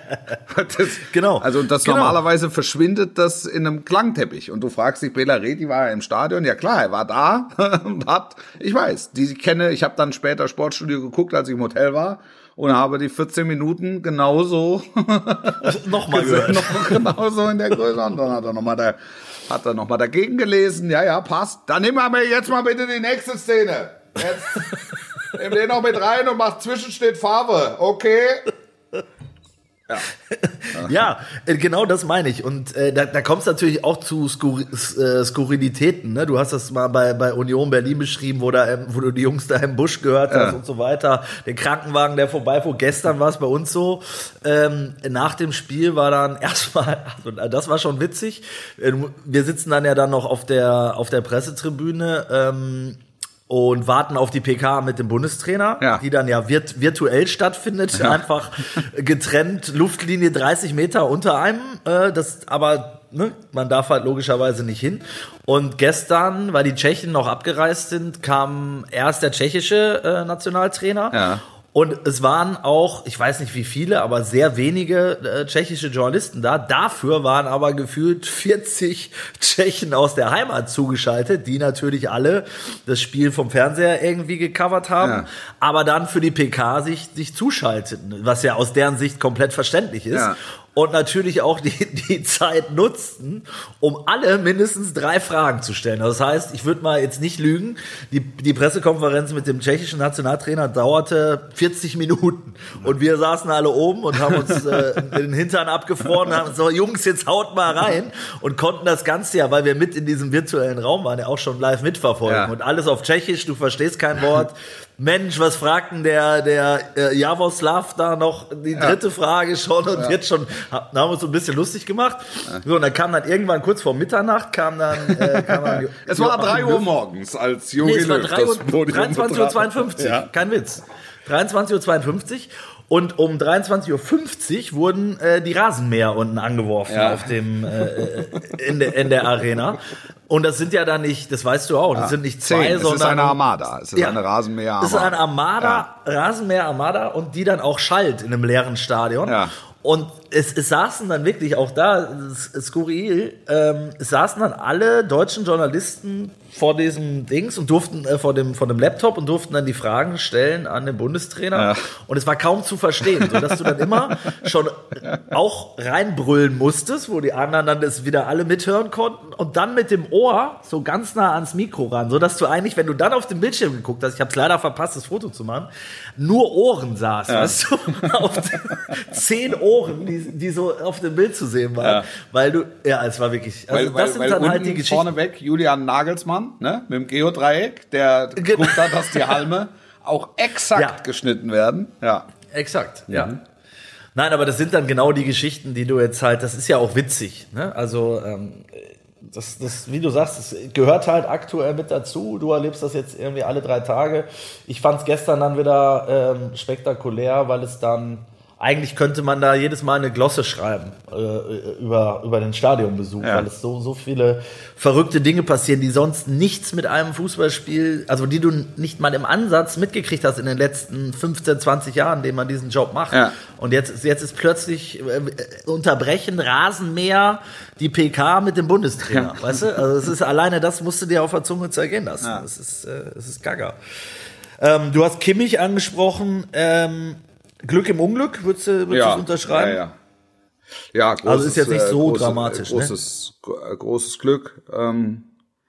S4: Das,
S3: genau.
S4: Also das genau. Normalerweise verschwindet das in einem Klangteppich. Und du fragst dich, Bela Reti war ja im Stadion? Ja klar, er war da und hat, ich weiß, die ich kenne, ich habe dann später Sportstudio geguckt, als ich im Hotel war. Und habe die vierzehn Minuten genauso
S3: nochmal gehört.
S4: Noch genauso in der Größe. Und dann hat er nochmal da, hat er noch mal dagegen gelesen. Ja, ja, passt. Dann nehmen wir jetzt mal bitte die nächste Szene. Jetzt nehmen den noch mit rein und macht Zwischenschnitt Farbe. Okay.
S3: Ja. ja, genau das meine ich. Und äh, da, da kommt es natürlich auch zu Skur- äh, Skurrilitäten. Ne? Du hast das mal bei, bei Union Berlin beschrieben, wo, da, ähm, wo du die Jungs da im Busch gehört hast ja. und so weiter. Den Krankenwagen, der vorbeifuhr. Gestern war es bei uns so. Ähm, nach dem Spiel war dann erstmal, also das war schon witzig. Wir sitzen dann ja dann noch auf der, auf der Pressetribüne. Ähm, und warten auf die P K mit dem Bundestrainer, ja. die dann ja virt- virtuell stattfindet, ja. einfach getrennt, Luftlinie dreißig Meter unter einem, äh, das aber, ne, man darf halt logischerweise nicht hin. Und gestern, weil die Tschechen noch abgereist sind, kam erst der tschechische äh, Nationaltrainer. Ja. Und es waren auch, ich weiß nicht wie viele, aber sehr wenige äh, tschechische Journalisten da. Dafür waren aber gefühlt vierzig Tschechen aus der Heimat zugeschaltet, die natürlich alle das Spiel vom Fernseher irgendwie gecovert haben, ja. aber dann für die P K sich, sich zuschalteten, was ja aus deren Sicht komplett verständlich ist. Ja. Und natürlich auch die, die Zeit nutzten, um alle mindestens drei Fragen zu stellen. Das heißt, ich würde mal jetzt nicht lügen, die, die Pressekonferenz mit dem tschechischen Nationaltrainer dauerte vierzig Minuten. Und wir saßen alle oben und haben uns äh, den Hintern abgefroren und haben so, Jungs, jetzt haut mal rein. Und konnten das Ganze ja, weil wir mit in diesem virtuellen Raum waren, ja auch schon live mitverfolgen. Ja. Und alles auf Tschechisch, du verstehst kein Wort. Mensch, was fragt denn der, der äh, Javoslav da noch die dritte ja. Frage schon und ja. jetzt schon, da haben wir uns so ein bisschen lustig gemacht. Ja. So, und dann kam dann irgendwann kurz vor Mitternacht, kam dann, äh, kam dann
S4: es war drei Uhr morgens, als Jogi
S3: nee, es war
S4: Löw
S3: drei
S4: das Podium
S3: dreiundzwanzig Uhr zweiundfünfzig, ja. kein Witz. dreiundzwanzig Uhr zweiundfünfzig und um dreiundzwanzig Uhr fünfzig wurden äh, die Rasenmäher unten angeworfen ja. auf dem äh, in, de, in der Arena. Und das sind ja dann nicht, das weißt du auch, das ja. sind nicht zwei,
S4: Zehn.
S3: sondern...
S4: Es ist eine Armada, es ist ja. eine Rasenmäher-Armada.
S3: Es ist eine Armada, ja. Rasenmäher-Armada und die dann auch schallt in einem leeren Stadion. Ja. Und es, es saßen dann wirklich auch da, es ist skurril, ähm, es saßen dann alle deutschen Journalisten vor diesem Dings und durften, äh, vor dem, vor dem Laptop und durften dann die Fragen stellen an den Bundestrainer. Ja. Und es war kaum zu verstehen, sodass du dann immer schon auch reinbrüllen musstest, wo die anderen dann das wieder alle mithören konnten und dann mit dem Ohr so ganz nah ans Mikro ran, sodass du eigentlich, wenn du dann auf den Bildschirm geguckt hast, ich habe es leider verpasst, das Foto zu machen, nur Ohren sahst, ja. weißt du, auf zehn Ohren, die, die so auf dem Bild zu sehen waren, ja. weil du, ja, es war wirklich, also
S4: weil,
S3: das sind
S4: weil,
S3: dann
S4: weil
S3: halt die Geschichten.
S4: Vorneweg Julian Nagelsmann, ne, mit dem Geodreieck, der guckt da, dass die Halme auch exakt ja. geschnitten werden. Ja,
S3: exakt, ja. Mhm. Nein, aber das sind dann genau die Geschichten, die du jetzt halt, das ist ja auch witzig, ne, also, ähm, Das, das, wie du sagst, das gehört halt aktuell mit dazu. Du erlebst das jetzt irgendwie alle drei Tage. Ich fand es gestern dann wieder ähm, spektakulär, weil es dann, eigentlich könnte man da jedes Mal eine Glosse schreiben äh, über, über den Stadionbesuch, ja. weil es so, so viele verrückte Dinge passieren, die sonst nichts mit einem Fußballspiel, also die du nicht mal im Ansatz mitgekriegt hast in den letzten fünfzehn, zwanzig Jahren, in denen man diesen Job macht. Ja. Und jetzt, jetzt ist plötzlich äh, unterbrechen Rasenmäher die P K mit dem Bundestrainer, ja. weißt du? Also es ist alleine das musst du dir auf der Zunge zergehen lassen. Ja. Das ist, äh, das ist gaga. Ähm, du hast Kimmich angesprochen. Ähm, Glück im Unglück, würdest du, würdest ja, du es unterschreiben?
S4: Ja, ja. Ja, großes,
S3: also ist jetzt nicht so
S4: großes,
S3: dramatisch.
S4: Großes, ne? großes Glück. Ähm,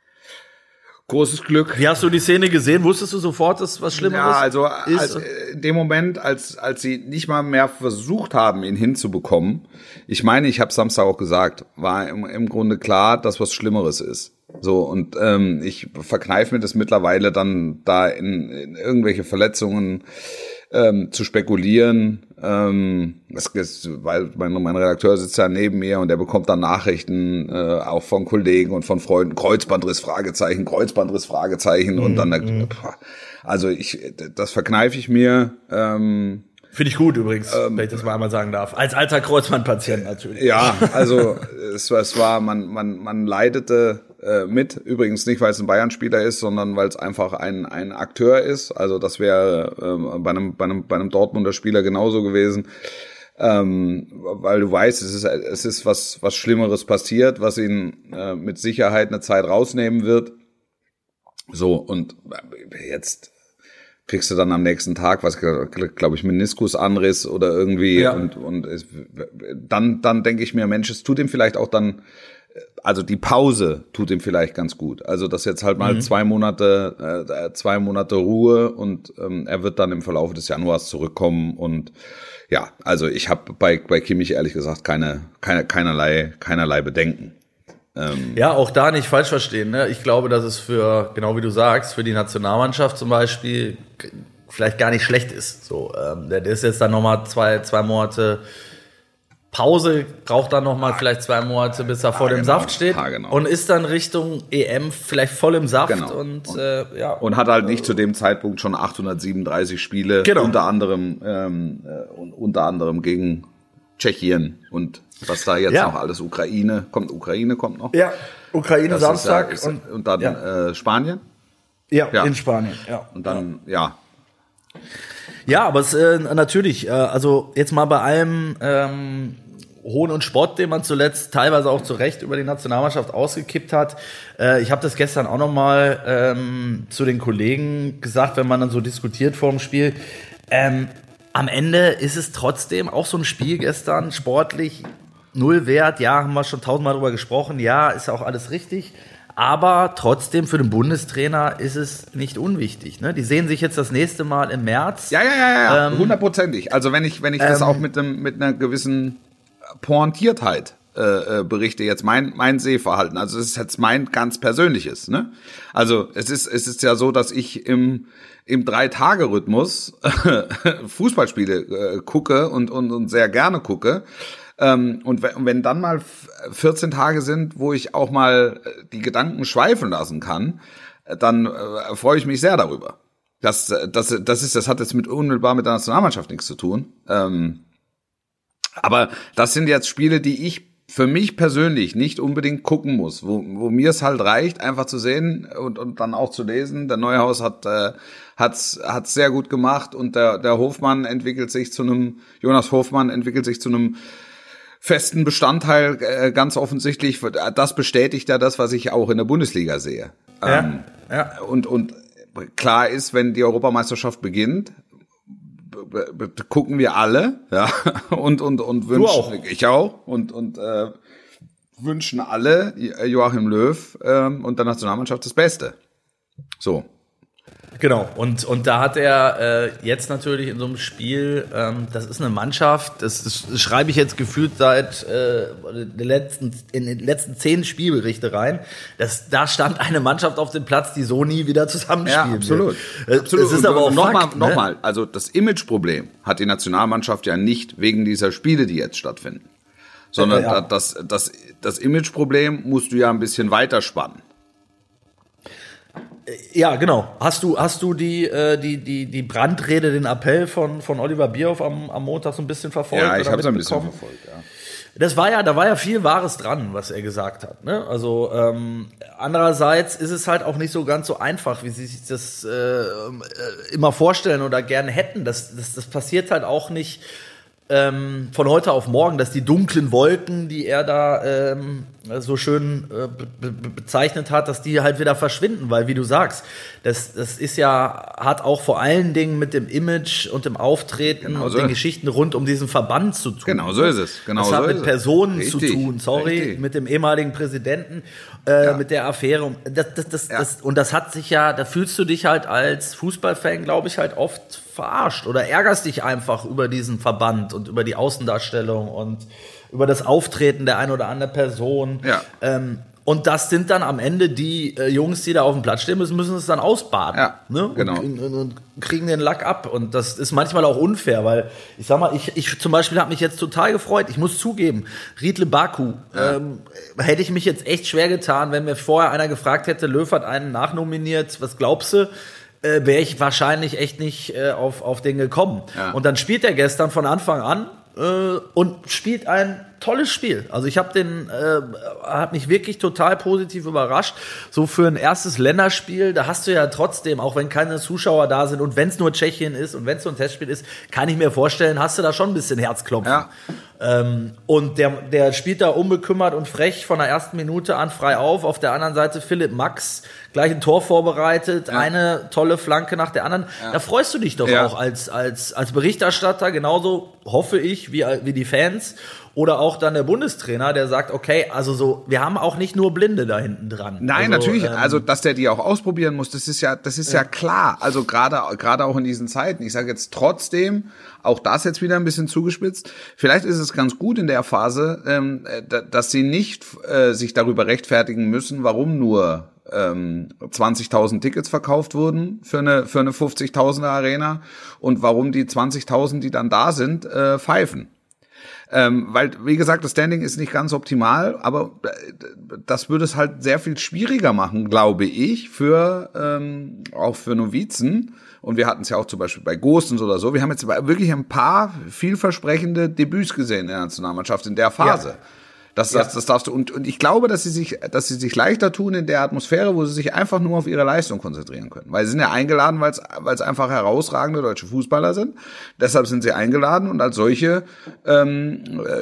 S4: großes Glück.
S3: Wie hast du die Szene gesehen? Wusstest du sofort, dass was Schlimmeres
S4: ja, also
S3: ist?
S4: Als, in dem Moment, als als sie nicht mal mehr versucht haben, ihn hinzubekommen, ich meine, ich habe Samstag auch gesagt, war im, im Grunde klar, dass was Schlimmeres ist. So, und ähm, ich verkneife mir das mittlerweile dann da in, in irgendwelche Verletzungen ähm, zu spekulieren, ähm, das ist, weil mein, mein Redakteur sitzt ja neben mir und der bekommt dann Nachrichten äh, auch von Kollegen und von Freunden, Kreuzbandriss, Fragezeichen, Kreuzbandriss, Fragezeichen, mhm. und dann, äh, also ich, das verkneife ich mir. Ähm,
S3: Finde ich gut übrigens, ähm, wenn ich das mal einmal sagen darf. Als alter Kreuzbandpatient natürlich.
S4: Ja, also es, es war, man, man, man leidete äh, mit. Übrigens nicht, weil es ein Bayern-Spieler ist, sondern weil es einfach ein, ein Akteur ist. Also das wäre äh, bei einem, bei einem, bei einem Dortmunder Spieler genauso gewesen. Ähm, weil du weißt, es ist, es ist was, was Schlimmeres passiert, was ihn äh, mit Sicherheit eine Zeit rausnehmen wird. So, und jetzt kriegst du dann am nächsten Tag, was glaube ich, Meniskusanriss oder irgendwie, ja. und und es, dann dann denke ich mir, Mensch, es tut ihm vielleicht auch dann, also die Pause tut ihm vielleicht ganz gut. Also das jetzt halt mal mhm. zwei Monate äh, zwei Monate Ruhe und ähm, er wird dann im Verlauf des Januars zurückkommen und ja, also ich habe bei bei Kimmich ehrlich gesagt keine keine keinerlei keinerlei Bedenken.
S3: Ja, auch da nicht falsch verstehen. Ne? Ich glaube, dass es für, genau wie du sagst, für die Nationalmannschaft zum Beispiel vielleicht gar nicht schlecht ist. So, ähm, der ist jetzt dann nochmal zwei, zwei Monate Pause, braucht dann nochmal vielleicht zwei Monate, bis er vor dem
S4: genau,
S3: Saft steht
S4: genau.
S3: und ist dann Richtung E M vielleicht voll im Saft.
S4: Genau.
S3: Und,
S4: und,
S3: äh, ja.
S4: und hat halt nicht zu dem Zeitpunkt schon achthundertsiebenunddreißig Spiele,
S3: genau.
S4: unter anderem ähm, äh, unter anderem gegen Tschechien und was da jetzt ja. noch alles, Ukraine, kommt Ukraine, kommt noch.
S3: Ja, Ukraine
S4: das
S3: Samstag.
S4: Ist, ist,
S3: und,
S4: und dann
S3: ja.
S4: äh, Spanien.
S3: Ja, ja, in Spanien, ja.
S4: Und dann, ja.
S3: Ja, aber es äh, natürlich, äh, also jetzt mal bei allem ähm, Hohn und Spott, den man zuletzt teilweise auch zu Recht über die Nationalmannschaft ausgekippt hat. Äh, ich habe das gestern auch nochmal ähm, zu den Kollegen gesagt, wenn man dann so diskutiert vor dem Spiel. Ähm, am Ende ist es trotzdem auch so ein Spiel gestern, sportlich null Wert. Ja, haben wir schon tausendmal drüber gesprochen. Ja, ist auch alles richtig. Aber trotzdem für den Bundestrainer ist es nicht unwichtig. Ne? Die sehen sich jetzt das nächste Mal im März.
S4: Ja, ja, ja, ja, ähm, hundertprozentig. Also wenn ich, wenn ich das ähm, auch mit dem, mit einer gewissen Pointiertheit äh, berichte jetzt mein mein Sehverhalten. Also es ist jetzt mein ganz persönliches, ne? Also es ist es ist ja so, dass ich im im Drei-Tage-Rhythmus Fußballspiele äh, gucke und, und und sehr gerne gucke. Ähm, und wenn, wenn dann mal vierzehn Tage sind, wo ich auch mal die Gedanken schweifen lassen kann, dann äh, freue ich mich sehr darüber. Das, das, das ist, das hat jetzt mit unmittelbar mit der Nationalmannschaft nichts zu tun. Ähm, aber das sind jetzt Spiele, die ich für mich persönlich nicht unbedingt gucken muss, wo, wo mir es halt reicht, einfach zu sehen und, und dann auch zu lesen. Der Neuhaus hat äh, hat's hat's sehr gut gemacht und der der Hofmann entwickelt sich zu einem Jonas Hofmann entwickelt sich zu einem festen Bestandteil, äh, ganz offensichtlich. Das bestätigt ja das, was ich auch in der Bundesliga sehe.
S3: Ja,
S4: ähm,
S3: ja.
S4: Und und klar ist, wenn die Europameisterschaft beginnt, gucken wir alle, ja, und und und wünschen,
S3: auch.
S4: ich auch, und und äh, wünschen alle Joachim Löw ähm, und der Nationalmannschaft das Beste. So.
S3: Genau, und und da hat er äh, jetzt natürlich in so einem Spiel, ähm, das ist eine Mannschaft, das, das, das schreibe ich jetzt gefühlt seit äh, den letzten, in den letzten zehn Spielberichte rein, das, da stand eine Mannschaft auf dem Platz, die so nie wieder zusammenspielen
S4: Ja, absolut.
S3: wird.
S4: absolut.
S3: Es ist
S4: und,
S3: aber auch
S4: und nochmal,
S3: Fakt, ne?
S4: nochmal, also das Imageproblem hat die Nationalmannschaft ja nicht wegen dieser Spiele, die jetzt stattfinden, sondern
S3: Ja, ja.
S4: das, das, das Imageproblem musst du ja ein bisschen weiterspannen.
S3: Ja, genau. Hast du, hast du die, äh, die, die, die Brandrede, den Appell von, von Oliver Bierhoff am, am Montag so ein bisschen verfolgt?
S4: Ja, ich
S3: oder
S4: habe es ein bisschen
S3: mitbekommen?
S4: verfolgt, ja.
S3: Das war ja, da war ja viel Wahres dran, was er gesagt hat. Ne? Also ähm, andererseits ist es halt auch nicht so ganz so einfach, wie Sie sich das äh, immer vorstellen oder gerne hätten. Das, das, das passiert halt auch nicht ähm, von heute auf morgen, dass die dunklen Wolken, die er da ähm, so schön äh, be- be- bezeichnet hat, dass die halt wieder verschwinden, weil wie du sagst, das, das ist ja, hat auch vor allen Dingen mit dem Image und dem Auftreten
S4: Genau
S3: und
S4: so.
S3: den Geschichten rund um diesen Verband zu tun.
S4: Genau so ist es. Genau
S3: das
S4: so
S3: hat
S4: ist
S3: mit
S4: es.
S3: Personen zu
S4: Richtig,
S3: tun, sorry,
S4: richtig.
S3: mit dem ehemaligen Präsidenten, äh,
S4: Ja.
S3: mit der Affäre. Das, das, das,
S4: Ja.
S3: das, und das hat sich ja, da fühlst du dich halt als Fußballfan, glaube ich, halt oft verarscht oder ärgerst dich einfach über diesen Verband und über die Außendarstellung und über das Auftreten der ein oder anderen Person.
S4: Ja.
S3: Ähm, und das sind dann am Ende die äh, Jungs, die da auf dem Platz stehen müssen, müssen es dann ausbaden.
S4: Ja,
S3: ne?
S4: genau.
S3: Und, und, und kriegen den Lack ab. Und das ist manchmal auch unfair, weil ich sag mal, ich, ich zum Beispiel habe mich jetzt total gefreut. Ich muss zugeben, Riedle Baku,
S4: Ja.
S3: ähm, hätte ich mich jetzt echt schwer getan, wenn mir vorher einer gefragt hätte, Löw hat einen nachnominiert, was glaubst du? Äh, wäre ich wahrscheinlich echt nicht äh, auf, auf den gekommen.
S4: Ja.
S3: Und dann spielt er gestern von Anfang an äh, und spielt ein tolles Spiel. Also ich habe den, äh, hat mich wirklich total positiv überrascht. So für ein erstes Länderspiel, da hast du ja trotzdem, auch wenn keine Zuschauer da sind und wenn es nur Tschechien ist und wenn es so ein Testspiel ist, kann ich mir vorstellen, hast du da schon ein bisschen Herzklopfen.
S4: Ja.
S3: Ähm, und der, der spielt da unbekümmert und frech von der ersten Minute an frei auf. Auf der anderen Seite Philipp Max, gleich ein Tor vorbereitet,
S4: Ja.
S3: eine tolle Flanke nach der anderen. Da freust du dich doch
S4: Ja.
S3: auch als, als, als Berichterstatter, genauso hoffe ich, wie, wie die Fans. Oder auch dann der Bundestrainer, der sagt, okay, also so, wir haben auch nicht nur Blinde da hinten dran.
S4: Nein,
S3: also,
S4: natürlich.
S3: ähm,
S4: Also, dass der die auch ausprobieren muss, das ist ja, das ist ja, klar. Also gerade, gerade auch in diesen Zeiten. Ich sage jetzt trotzdem, auch das jetzt wieder ein bisschen zugespitzt. Vielleicht ist es ganz gut in der Phase, ähm, da- dass sie nicht äh, sich darüber rechtfertigen müssen, warum nur ähm, zwanzigtausend Tickets verkauft wurden für eine für eine fünfzigtausender Arena und warum die zwanzigtausend, die dann da sind, äh, pfeifen. Ähm, weil, wie gesagt, das Standing ist nicht ganz optimal, aber das würde es halt sehr viel schwieriger machen, glaube ich, für ähm, auch für Novizen. Und wir hatten es ja auch zum Beispiel bei Gosens oder so. Wir haben jetzt wirklich ein paar vielversprechende Debüts gesehen in der Nationalmannschaft in der Phase.
S3: Ja.
S4: Das, das, das darfst du. Und, und ich glaube, dass sie sich, dass sie sich leichter tun in der Atmosphäre, wo sie sich einfach nur auf ihre Leistung konzentrieren können. Weil sie sind ja eingeladen, weil es, weil es einfach herausragende deutsche Fußballer sind. Deshalb sind sie eingeladen und als solche ähm,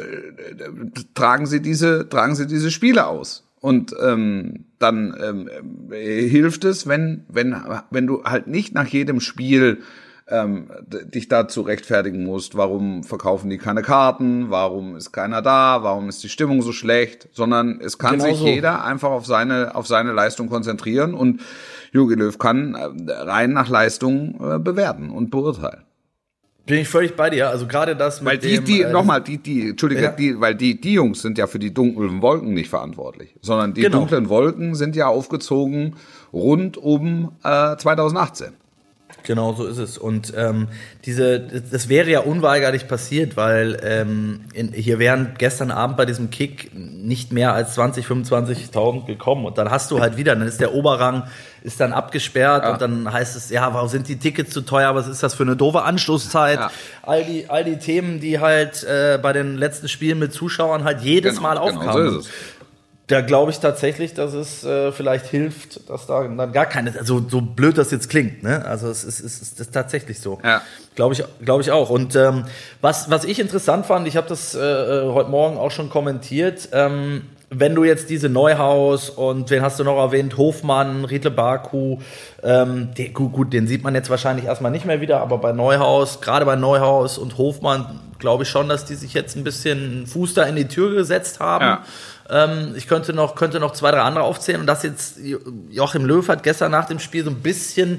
S4: äh, tragen sie diese, tragen sie diese Spiele aus. Und ähm, dann ähm, äh, hilft es, wenn, wenn, wenn du halt nicht nach jedem Spiel ähm, dich dazu rechtfertigen musst, warum verkaufen die keine Karten, warum ist keiner da, warum ist die Stimmung so schlecht, sondern es kann
S3: Genau
S4: sich
S3: so.
S4: jeder einfach auf seine auf seine Leistung konzentrieren und Jogi Löw kann äh, rein nach Leistung äh, bewerten und beurteilen.
S3: Bin ich völlig bei dir. Also gerade das mit
S4: weil die,
S3: dem,
S4: die,
S3: äh,
S4: nochmal, die, die, Entschuldige,
S3: ja.
S4: die, weil die, die Jungs sind ja für die dunklen Wolken nicht verantwortlich, sondern die
S3: Genau.
S4: dunklen Wolken sind ja aufgezogen rund um äh, zwanzig achtzehn.
S3: Genau, so ist es. Und ähm, diese, das wäre ja unweigerlich passiert, weil ähm, in, hier wären gestern Abend bei diesem Kick nicht mehr als zwanzig, fünfundzwanzigtausend gekommen. Und dann hast du halt wieder, dann ist der Oberrang ist dann abgesperrt
S4: Ja.
S3: und dann heißt es, ja, warum sind die Tickets zu teuer? Was ist das für eine doofe Anschlusszeit?
S4: Ja.
S3: All die, all die Themen, die halt äh, bei den letzten Spielen mit Zuschauern halt jedes
S4: Genau,
S3: Mal
S4: genau,
S3: aufkamen.
S4: so ist es.
S3: Da glaube ich tatsächlich, dass es äh, vielleicht hilft, dass da dann gar keine, also so blöd das jetzt klingt, ne? Also es ist, es ist, es ist tatsächlich so.
S4: Ja.
S3: Glaube ich, glaube ich auch. Und ähm, was, was ich interessant fand, ich habe das äh, heute Morgen auch schon kommentiert, ähm, wenn du jetzt diese Neuhaus und wen hast du noch erwähnt, Hofmann, Riedle Baku, ähm, die, gut, gut, den sieht man jetzt wahrscheinlich erstmal nicht mehr wieder, aber bei Neuhaus, gerade bei Neuhaus und Hofmann, glaube ich schon, dass die sich jetzt ein bisschen Fuß da in die Tür gesetzt haben.
S4: Ja.
S3: Ähm, ich könnte noch, könnte noch zwei, drei andere aufzählen und das jetzt, Joachim Löw hat gestern nach dem Spiel so ein bisschen,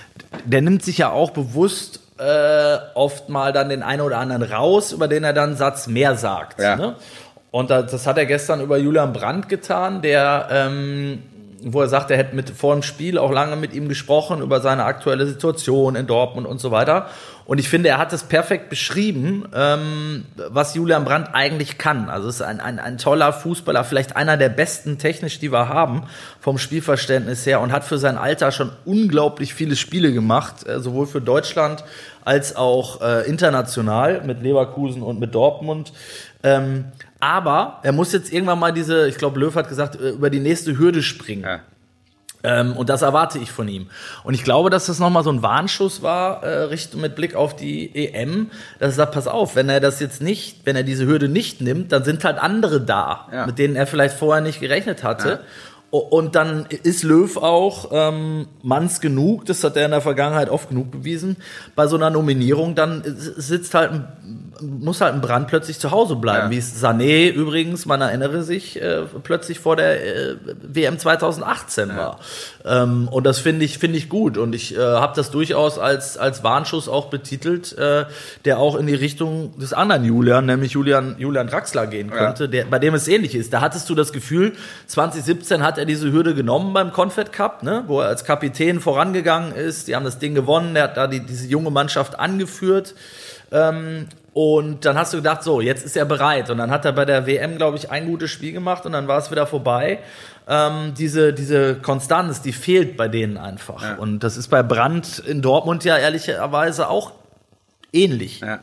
S3: der nimmt sich ja auch bewusst äh, oft mal dann den einen oder anderen raus, über den er dann einen Satz mehr sagt.
S4: Ja.
S3: Ne? Und das, das hat er gestern über Julian Brandt getan, der, ähm, wo er sagt, er hätte mit, vor dem Spiel auch lange mit ihm gesprochen über seine aktuelle Situation in Dortmund und so weiter. Und ich finde, er hat es perfekt beschrieben, ähm, was Julian Brandt eigentlich kann. Also es ist ein, ein, ein toller Fußballer, vielleicht einer der besten technisch, die wir haben, vom Spielverständnis her und hat für sein Alter schon unglaublich viele Spiele gemacht, äh, sowohl für Deutschland als auch äh, international mit Leverkusen und mit Dortmund. Ähm, aber er muss jetzt irgendwann mal diese, ich glaube, Löw hat gesagt, über die nächste Hürde springen.
S4: Ja.
S3: Ähm, und das erwarte ich von ihm. Und ich glaube, dass das nochmal so ein Warnschuss war, äh, Richtung mit Blick auf die E M, dass er sagt, pass auf, wenn er das jetzt nicht, wenn er diese Hürde nicht nimmt, dann sind halt andere da,
S4: Ja.
S3: mit denen er vielleicht vorher nicht gerechnet hatte.
S4: Ja.
S3: Und dann ist Löw auch ähm, Manns genug, das hat er in der Vergangenheit oft genug bewiesen, bei so einer Nominierung, dann sitzt halt ein, muss halt ein Brand plötzlich zu Hause bleiben,
S4: Ja.
S3: wie es Sané übrigens, man erinnere sich, äh, plötzlich vor der äh, W M zwanzig achtzehn
S4: Ja.
S3: war. Ähm, und das finde ich, finde ich gut und ich äh, habe das durchaus als, als Warnschuss auch betitelt, äh, der auch in die Richtung des anderen Julian, nämlich Julian, Julian Draxler gehen könnte,
S4: Ja.
S3: der, bei dem es ähnlich ist. Da hattest du das Gefühl, zwanzig siebzehn hat er diese Hürde genommen beim Confed Cup, ne, wo er als Kapitän vorangegangen ist. Die haben das Ding gewonnen, er hat da die, diese junge Mannschaft angeführt. Ähm, und dann hast du gedacht, so, jetzt ist er bereit. Und dann hat er bei der W M, glaube ich, ein gutes Spiel gemacht und dann war es wieder vorbei. Ähm, diese, diese Konstanz, die fehlt bei denen einfach.
S4: Ja.
S3: Und das ist bei Brandt in Dortmund ja ehrlicherweise auch ähnlich.
S4: Ja.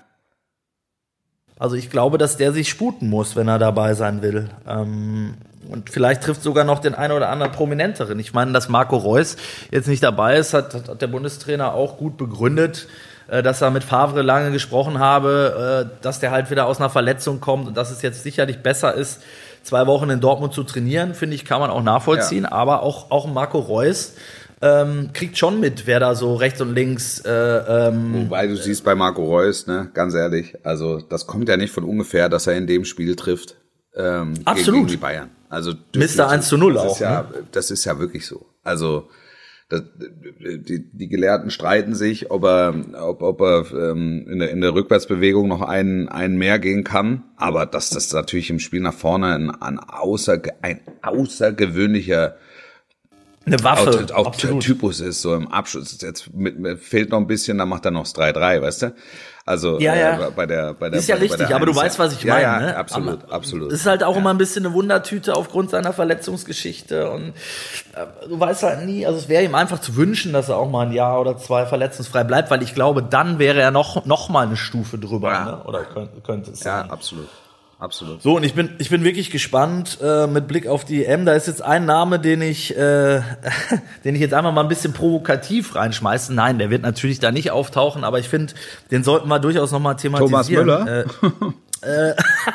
S3: Also ich glaube, dass der sich sputen muss, wenn er dabei sein will. Ähm, und vielleicht trifft sogar noch den einen oder anderen Prominenteren. Ich meine, dass Marco Reus jetzt nicht dabei ist, hat, hat der Bundestrainer auch gut begründet, äh, dass er mit Favre lange gesprochen habe, äh, dass der halt wieder aus einer Verletzung kommt und dass es jetzt sicherlich besser ist, zwei Wochen in Dortmund zu trainieren, finde ich, kann man auch nachvollziehen.
S4: Ja.
S3: Aber auch, auch Marco Reus ähm, kriegt schon mit, wer da so rechts und links äh, ähm,
S4: Wobei du siehst bei Marco Reus, ne, ganz ehrlich, also das kommt ja nicht von ungefähr, dass er in dem Spiel trifft ähm,
S3: Absolut.
S4: Gegen, gegen die Bayern. Also
S3: Mister eins zu null
S4: das
S3: auch,
S4: Ist ja,
S3: ne?
S4: Das ist ja wirklich so. Also das, die, die Gelehrten streiten sich, ob er, ob, ob er ähm, in, der, in der Rückwärtsbewegung noch einen, einen mehr gehen kann. Aber dass das natürlich im Spiel nach vorne ein, ein, außer, ein außergewöhnlicher
S3: eine Waffe.
S4: auch, auch
S3: absolut.
S4: Typus ist, so im Abschluss. Jetzt mit, mit, fehlt noch ein bisschen, dann macht er noch das drei drei, weißt du? Also
S3: Ja, ja.
S4: Äh, bei der bei der
S3: Ist ja
S4: bei
S3: richtig,
S4: der
S3: aber du
S4: Eins,
S3: weißt, was ich
S4: ja,
S3: meine,
S4: Ja,
S3: ne?
S4: absolut,
S3: Aber
S4: absolut.
S3: Es ist halt auch
S4: ja.
S3: immer ein bisschen eine Wundertüte aufgrund seiner Verletzungsgeschichte und äh, du weißt halt nie, also es wäre ihm einfach zu wünschen, dass er auch mal ein Jahr oder zwei verletzungsfrei bleibt, weil ich glaube, dann wäre er noch, noch mal eine Stufe drüber,
S4: Ja.
S3: ne? Oder könnte, könnte es
S4: Ja,
S3: sein.
S4: absolut. Absolut.
S3: So, und ich bin, ich bin wirklich gespannt äh, mit Blick auf die E M. Da ist jetzt ein Name, den ich, äh, den ich jetzt einfach mal ein bisschen provokativ reinschmeiße. Nein, der wird natürlich da nicht auftauchen, aber ich finde, den sollten wir durchaus noch mal thematisieren.
S4: Thomas Müller?
S3: Äh,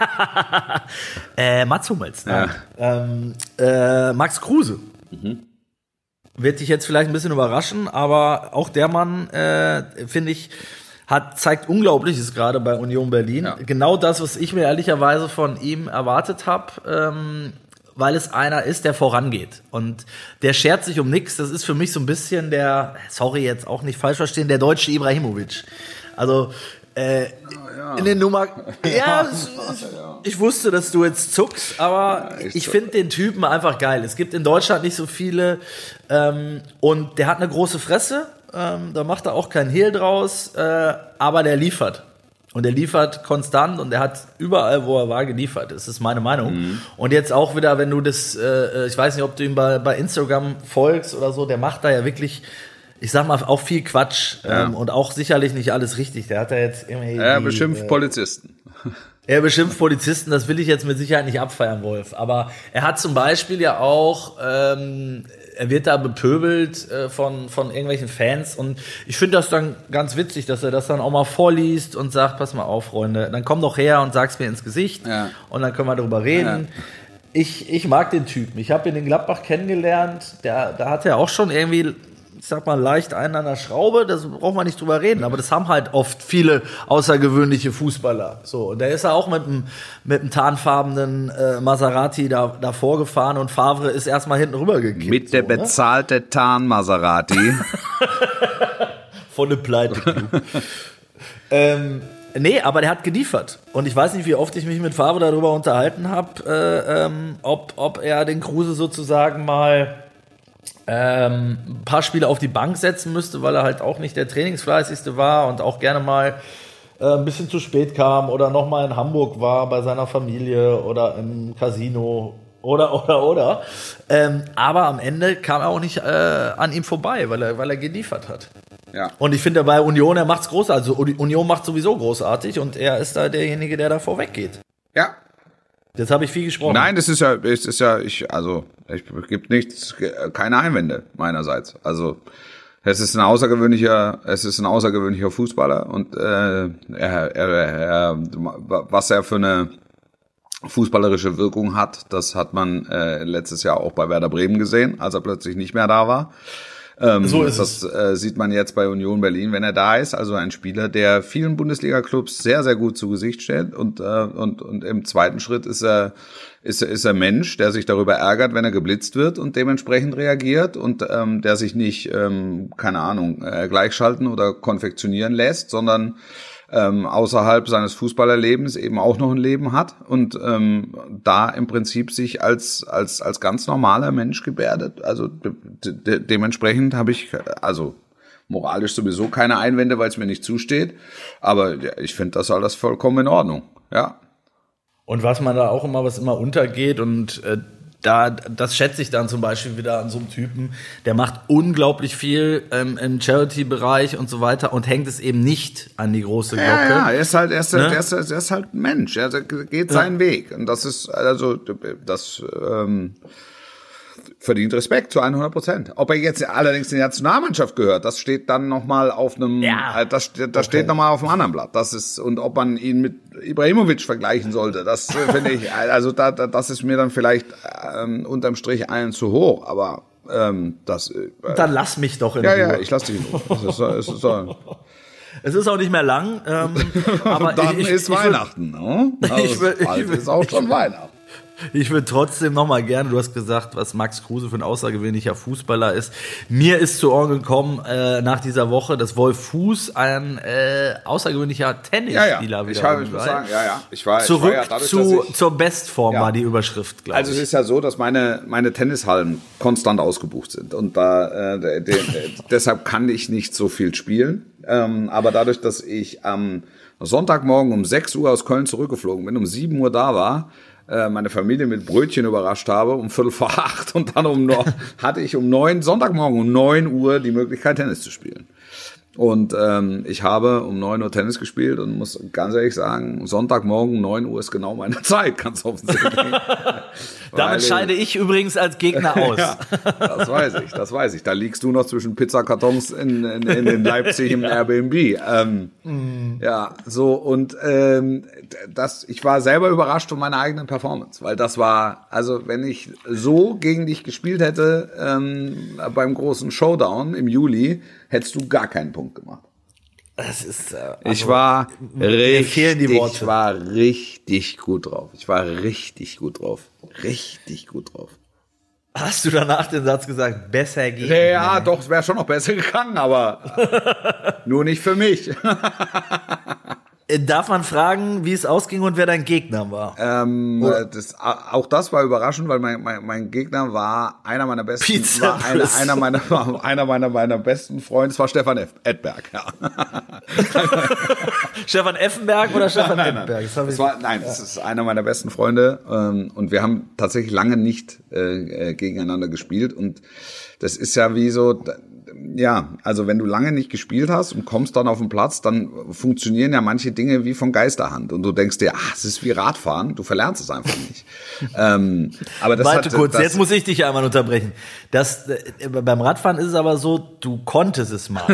S3: äh, Mats Hummels, nein. Ähm, äh, Max Kruse.
S4: Mhm.
S3: Wird dich jetzt vielleicht ein bisschen überraschen, aber auch der Mann, äh, finde ich, hat, zeigt Unglaubliches gerade bei Union Berlin.
S4: Ja.
S3: Genau das, was ich mir ehrlicherweise von ihm erwartet habe, ähm, weil es einer ist, der vorangeht. Und der schert sich um nichts. Das ist für mich so ein bisschen der, sorry, jetzt auch nicht falsch verstehen, der deutsche Ibrahimovic. Also Äh, ja. In den Nummer. Ja, es, es, ich wusste, dass du jetzt zuckst, aber ja, ich finde den Typen einfach geil. Es gibt in Deutschland nicht so viele ähm, und der hat eine große Fresse. Ähm, da macht er auch keinen Hehl draus, äh, aber der liefert. Und er liefert konstant und er hat überall, wo er war, geliefert. Das ist meine Meinung. Mhm. Und jetzt auch wieder, wenn du das, äh, ich weiß nicht, ob du ihm bei, bei Instagram folgst oder so, der macht da ja wirklich, ich sag mal, auch viel Quatsch ja. ähm, und auch sicherlich nicht alles richtig. Der hat da jetzt irgendwie.
S4: Er beschimpft äh, Polizisten.
S3: Er beschimpft Polizisten, das will ich jetzt mit Sicherheit nicht abfeiern, Wolf. Aber er hat zum Beispiel ja auch, ähm, er wird da bepöbelt äh, von, von irgendwelchen Fans und ich finde das dann ganz witzig, dass er das dann auch mal vorliest und sagt, pass mal auf, Freunde, dann komm doch her und sag's mir ins Gesicht ja. und dann können wir darüber reden. Ja. Ich, ich mag den Typen. Ich habe ihn in Gladbach kennengelernt, der, da hat er auch schon irgendwie, ich sag mal, leicht einen an der Schraube, das braucht man nicht drüber reden, aber das haben halt oft viele außergewöhnliche Fußballer. So, und da ist er auch mit einem mit einem tarnfarbenen äh, Maserati da davor gefahren und Favre ist erstmal hinten rüber gekippt.
S4: Mit der so, bezahlte ne? Tarn-Maserati.
S3: Volle Pleite. ähm, nee, aber der hat geliefert. Und ich weiß nicht, wie oft ich mich mit Favre darüber unterhalten habe, äh, ähm, ob, ob er den Kruse sozusagen mal Ähm, ein paar Spiele auf die Bank setzen müsste, weil er halt auch nicht der Trainingsfleißigste war und auch gerne mal äh, ein bisschen zu spät kam oder nochmal in Hamburg war bei seiner Familie oder im Casino oder, oder, oder. Ähm, aber am Ende kam er auch nicht äh, an ihm vorbei, weil er, weil er geliefert hat. Ja. Und ich finde bei Union, er macht's großartig. Also Union macht sowieso großartig und er ist da derjenige, der da vorweggeht.
S4: Ja.
S3: Jetzt habe ich viel gesprochen.
S4: Nein, das ist ja, es ist ja, ich, also, es gibt nichts, keine Einwände meinerseits. Also, es ist ein außergewöhnlicher, es ist ein außergewöhnlicher Fußballer und äh, er, er, er, was er für eine fußballerische Wirkung hat, das hat man äh, letztes Jahr auch bei Werder Bremen gesehen, als er plötzlich nicht mehr da war. Ähm, so ist das äh, sieht man jetzt bei Union Berlin, wenn er da ist. Also ein Spieler, der vielen Bundesliga-Clubs sehr, sehr gut zu Gesicht steht. Und, äh, und, und im zweiten Schritt ist er, ist, ist er Mensch, der sich darüber ärgert, wenn er geblitzt wird und dementsprechend reagiert und ähm, der sich nicht, ähm, keine Ahnung, äh, gleichschalten oder konfektionieren lässt, sondern ähm, außerhalb seines Fußballerlebens eben auch noch ein Leben hat und ähm, da im Prinzip sich als als als ganz normaler Mensch gebärdet. Also de- de- dementsprechend habe ich also moralisch sowieso keine Einwände, weil es mir nicht zusteht. Aber ja, ich finde das alles vollkommen in Ordnung. Ja.
S3: Und was man da auch immer, was immer untergeht und äh, da, das schätze ich dann zum Beispiel wieder an so einem Typen, der macht unglaublich viel ähm, im Charity-Bereich und so weiter und hängt es eben nicht an die große Glocke.
S4: Ja, ja, er ist halt, er ist, ne? er ist, er ist halt ein Mensch, er geht seinen ja. Weg und das ist, also, das, ähm, verdient Respekt zu hundert Prozent. Ob er jetzt allerdings in die Nationalmannschaft gehört, das steht dann nochmal auf einem, ja. das, das okay. steht nochmal auf einem anderen Blatt. Das ist, und ob man ihn mit Ibrahimovic vergleichen sollte, das finde ich, also da, da, das ist mir dann vielleicht ähm, unterm Strich allen zu hoch, aber ähm, das. Äh,
S3: dann lass mich doch in
S4: ja,
S3: Ruhe.
S4: Ja, ja, ich lass dich in Ruhe. Es ist, es ist,
S3: es ist auch nicht mehr lang, ähm, aber
S4: dann
S3: ich,
S4: ist
S3: ich,
S4: Weihnachten, ne? Also
S3: ich will,
S4: bald ist auch schon Weihnachten.
S3: Ich würde trotzdem noch mal gerne, du hast gesagt, was Max Kruse für ein außergewöhnlicher Fußballer ist. Mir ist zu Ohren gekommen äh, nach dieser Woche, dass Wolf Fuß ein äh, außergewöhnlicher Tennisspieler
S4: ja, ja.
S3: wieder
S4: ich habe, ich muss sagen, ja, ja. Ich war,
S3: Zurück
S4: ich war ja dadurch,
S3: zu,
S4: ich,
S3: zur Bestform
S4: ja.
S3: war die Überschrift, glaube ich.
S4: Also es ist ja so, dass meine meine Tennishallen konstant ausgebucht sind und da äh, de, de, de, deshalb kann ich nicht so viel spielen. Ähm, aber dadurch, dass ich am Sonntagmorgen um sechs Uhr aus Köln zurückgeflogen bin, um sieben Uhr da war, meine Familie mit Brötchen überrascht habe, um Viertel vor acht und dann um neun, hatte ich um neun, Sonntagmorgen um neun Uhr die Möglichkeit, Tennis zu spielen. Und ähm, ich habe um neun Uhr Tennis gespielt und muss ganz ehrlich sagen, Sonntagmorgen neun Uhr ist genau meine Zeit, ganz offensichtlich.
S3: Damit scheide ich übrigens als Gegner aus.
S4: Ja, das weiß ich, das weiß ich. Da liegst du noch zwischen Pizzakartons in, in, in, in Leipzig im ja. Airbnb. Ähm, mm. Ja, so und ähm, das, ich war selber überrascht von meiner eigenen Performance, weil das war, also wenn ich so gegen dich gespielt hätte ähm, beim großen Showdown im Juli, hättest du gar keinen Punkt gemacht.
S3: Das ist, äh, also,
S4: ich war richtig,
S3: die Worte.
S4: ich war richtig gut drauf. Ich war richtig gut drauf. Richtig gut drauf.
S3: Hast du danach den Satz gesagt, besser geht?
S4: Ja, ja doch, es wäre schon noch besser gegangen, aber nur nicht für mich.
S3: Darf man fragen, wie es ausging und wer dein Gegner war?
S4: Ähm, das, auch das war überraschend, weil mein, mein, mein Gegner war einer meiner besten,
S3: Pizza
S4: war einer, einer meiner, war einer meiner, meiner besten Freunde, es war Stefan F. Edberg, ja.
S3: Stefan Effenberg oder Stefan
S4: nein,
S3: Edberg?
S4: nein,
S3: Das hab ich-
S4: das war, nein, das ist einer meiner besten Freunde ähm, und wir haben tatsächlich lange nicht äh, gegeneinander gespielt und das ist ja wie so, ja, also wenn du lange nicht gespielt hast und kommst dann auf den Platz, dann funktionieren ja manche Dinge wie von Geisterhand und du denkst dir, ach, es ist wie Radfahren, du verlernst es einfach nicht. ähm, aber das
S3: Warte
S4: hat,
S3: kurz,
S4: das,
S3: jetzt muss ich dich ja einmal unterbrechen. Das, äh, beim Radfahren ist es aber so, du konntest es mal.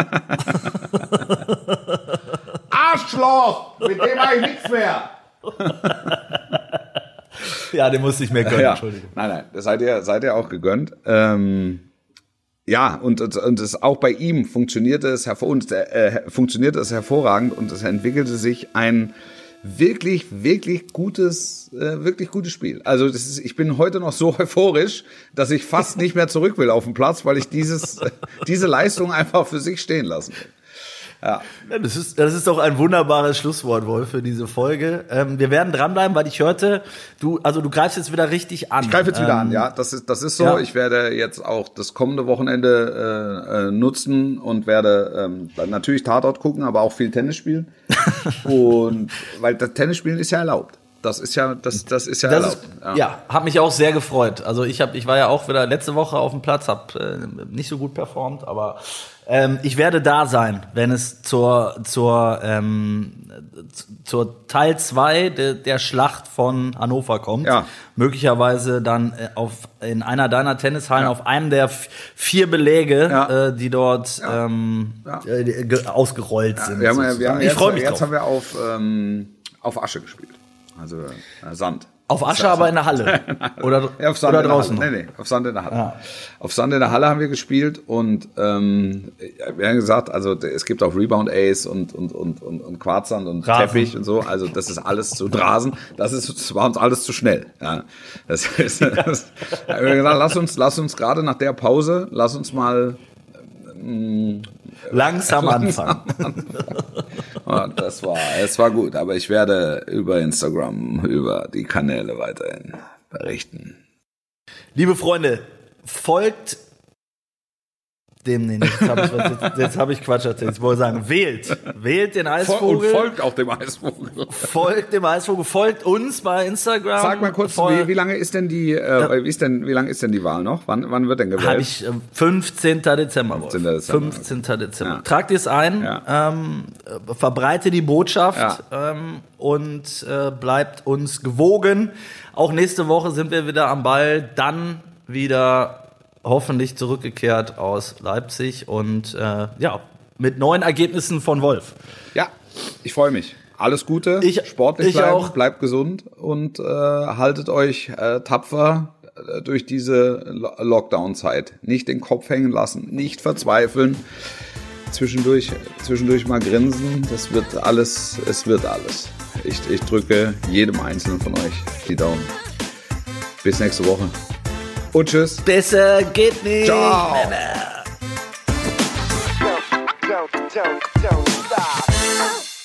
S4: Arschloch, mit dem habe ich nichts mehr.
S3: Ja, den musste ich mir gönnen,
S4: Ja.
S3: Entschuldigung.
S4: Nein, nein, das seid ihr, seid ihr auch gegönnt. Ähm, ja, und, und, und es, auch bei ihm funktionierte es, hervor, und, äh, funktionierte es hervorragend und es entwickelte sich ein wirklich, wirklich gutes, äh, wirklich gutes Spiel. Also das ist, ich bin heute noch so euphorisch, dass ich fast nicht mehr zurück will auf den Platz, weil ich dieses, äh, diese Leistung einfach für sich stehen lassen will. Ja.
S3: Ja, das ist, das ist doch ein wunderbares Schlusswort, Wolf, für diese Folge. Ähm, wir werden dranbleiben, weil ich hörte, du, also du greifst jetzt wieder richtig an.
S4: Ich greife jetzt wieder
S3: ähm,
S4: an, ja. Das ist, das ist so.
S3: ja.
S4: Ich werde jetzt auch das kommende Wochenende äh, äh, nutzen und werde ähm, dann natürlich Tatort gucken, aber auch viel Tennis spielen. Und weil das Tennis spielen ist ja erlaubt. Das ist ja, das, das ist ja
S3: Das
S4: erlaubt.
S3: ist, ja, ja hat mich auch sehr gefreut. Also ich habe, ich war ja auch wieder letzte Woche auf dem Platz, habe äh, nicht so gut performt, aber ähm, ich werde da sein, wenn es zur zur ähm, zur Teil zwei de, der Schlacht von Hannover kommt.
S4: Ja.
S3: Möglicherweise dann äh, auf in einer deiner Tennishallen
S4: Ja.
S3: auf einem der f- vier Beläge,
S4: Ja.
S3: äh, die dort
S4: Ja.
S3: ähm,
S4: Ja.
S3: äh, ge- ausgerollt sind.
S4: Wir haben, ja- wir
S3: sozusagen.
S4: haben
S3: ich
S4: jetzt,
S3: freue mich
S4: jetzt
S3: drauf.
S4: haben wir auf, ähm, auf Asche gespielt. Also äh, Sand.
S3: Auf Asche, aber in der Halle. Oder,
S4: Ja, auf Sand
S3: oder
S4: in der
S3: draußen.
S4: Halle. Nee, nee, auf Sand in der Halle.
S3: Ja.
S4: Auf Sand in der Halle haben wir gespielt und ähm, wir haben gesagt, also es gibt auch Rebound Ace und und und und, und Quarzsand und
S3: Rasen.
S4: Teppich und so. Also das ist alles zu Rasen. Das ist, das war uns alles zu schnell. Ja, das ist. Das, wir haben gesagt, lass uns, lass uns gerade nach der Pause, lass uns mal
S3: Langsam anfangen.
S4: Und das war, es war gut, aber ich werde über Instagram, über die Kanäle weiterhin berichten.
S3: Liebe Freunde, folgt dem, nee, jetzt habe ich, was- jetzt, jetzt hab ich Quatsch erzählt. Ich wollte sagen, wählt. Wählt den
S4: Und
S3: Eisvogel.
S4: folgt auch dem Eisvogel.
S3: Folgt dem Eisvogel. Folgt uns bei Instagram.
S4: Sag mal kurz,
S3: Fol-
S4: wie, wie lange ist denn die, äh, wie ist denn, wie lange ist denn die Wahl noch? Wann, wann wird denn gewählt?
S3: Habe ich äh, fünfzehnten Dezember. Wolf.
S4: fünfzehnten Dezember.
S3: fünfzehnten Dezember.
S4: Ja.
S3: Tragt es ein,
S4: Ja.
S3: ähm, äh, verbreite die Botschaft ähm, und äh, bleibt uns gewogen. Auch nächste Woche sind wir wieder am Ball, dann wieder hoffentlich zurückgekehrt aus Leipzig und äh, ja, mit neuen Ergebnissen von Wolf.
S4: Ja, ich freue mich. Alles Gute,
S3: Ich-
S4: sportlich
S3: ich
S4: bleiben,
S3: auch.
S4: bleibt gesund und äh, haltet euch äh, tapfer äh, durch diese Lo- Lockdown-Zeit. Nicht den Kopf hängen lassen, nicht verzweifeln. Zwischendurch, zwischendurch mal grinsen. Das wird alles, es wird alles. Ich, ich drücke jedem Einzelnen von euch die Daumen. Bis nächste Woche. Und tschüss.
S3: Besser geht nicht.
S4: Ciao.
S3: Männer.
S5: Don't, don't, don't stop.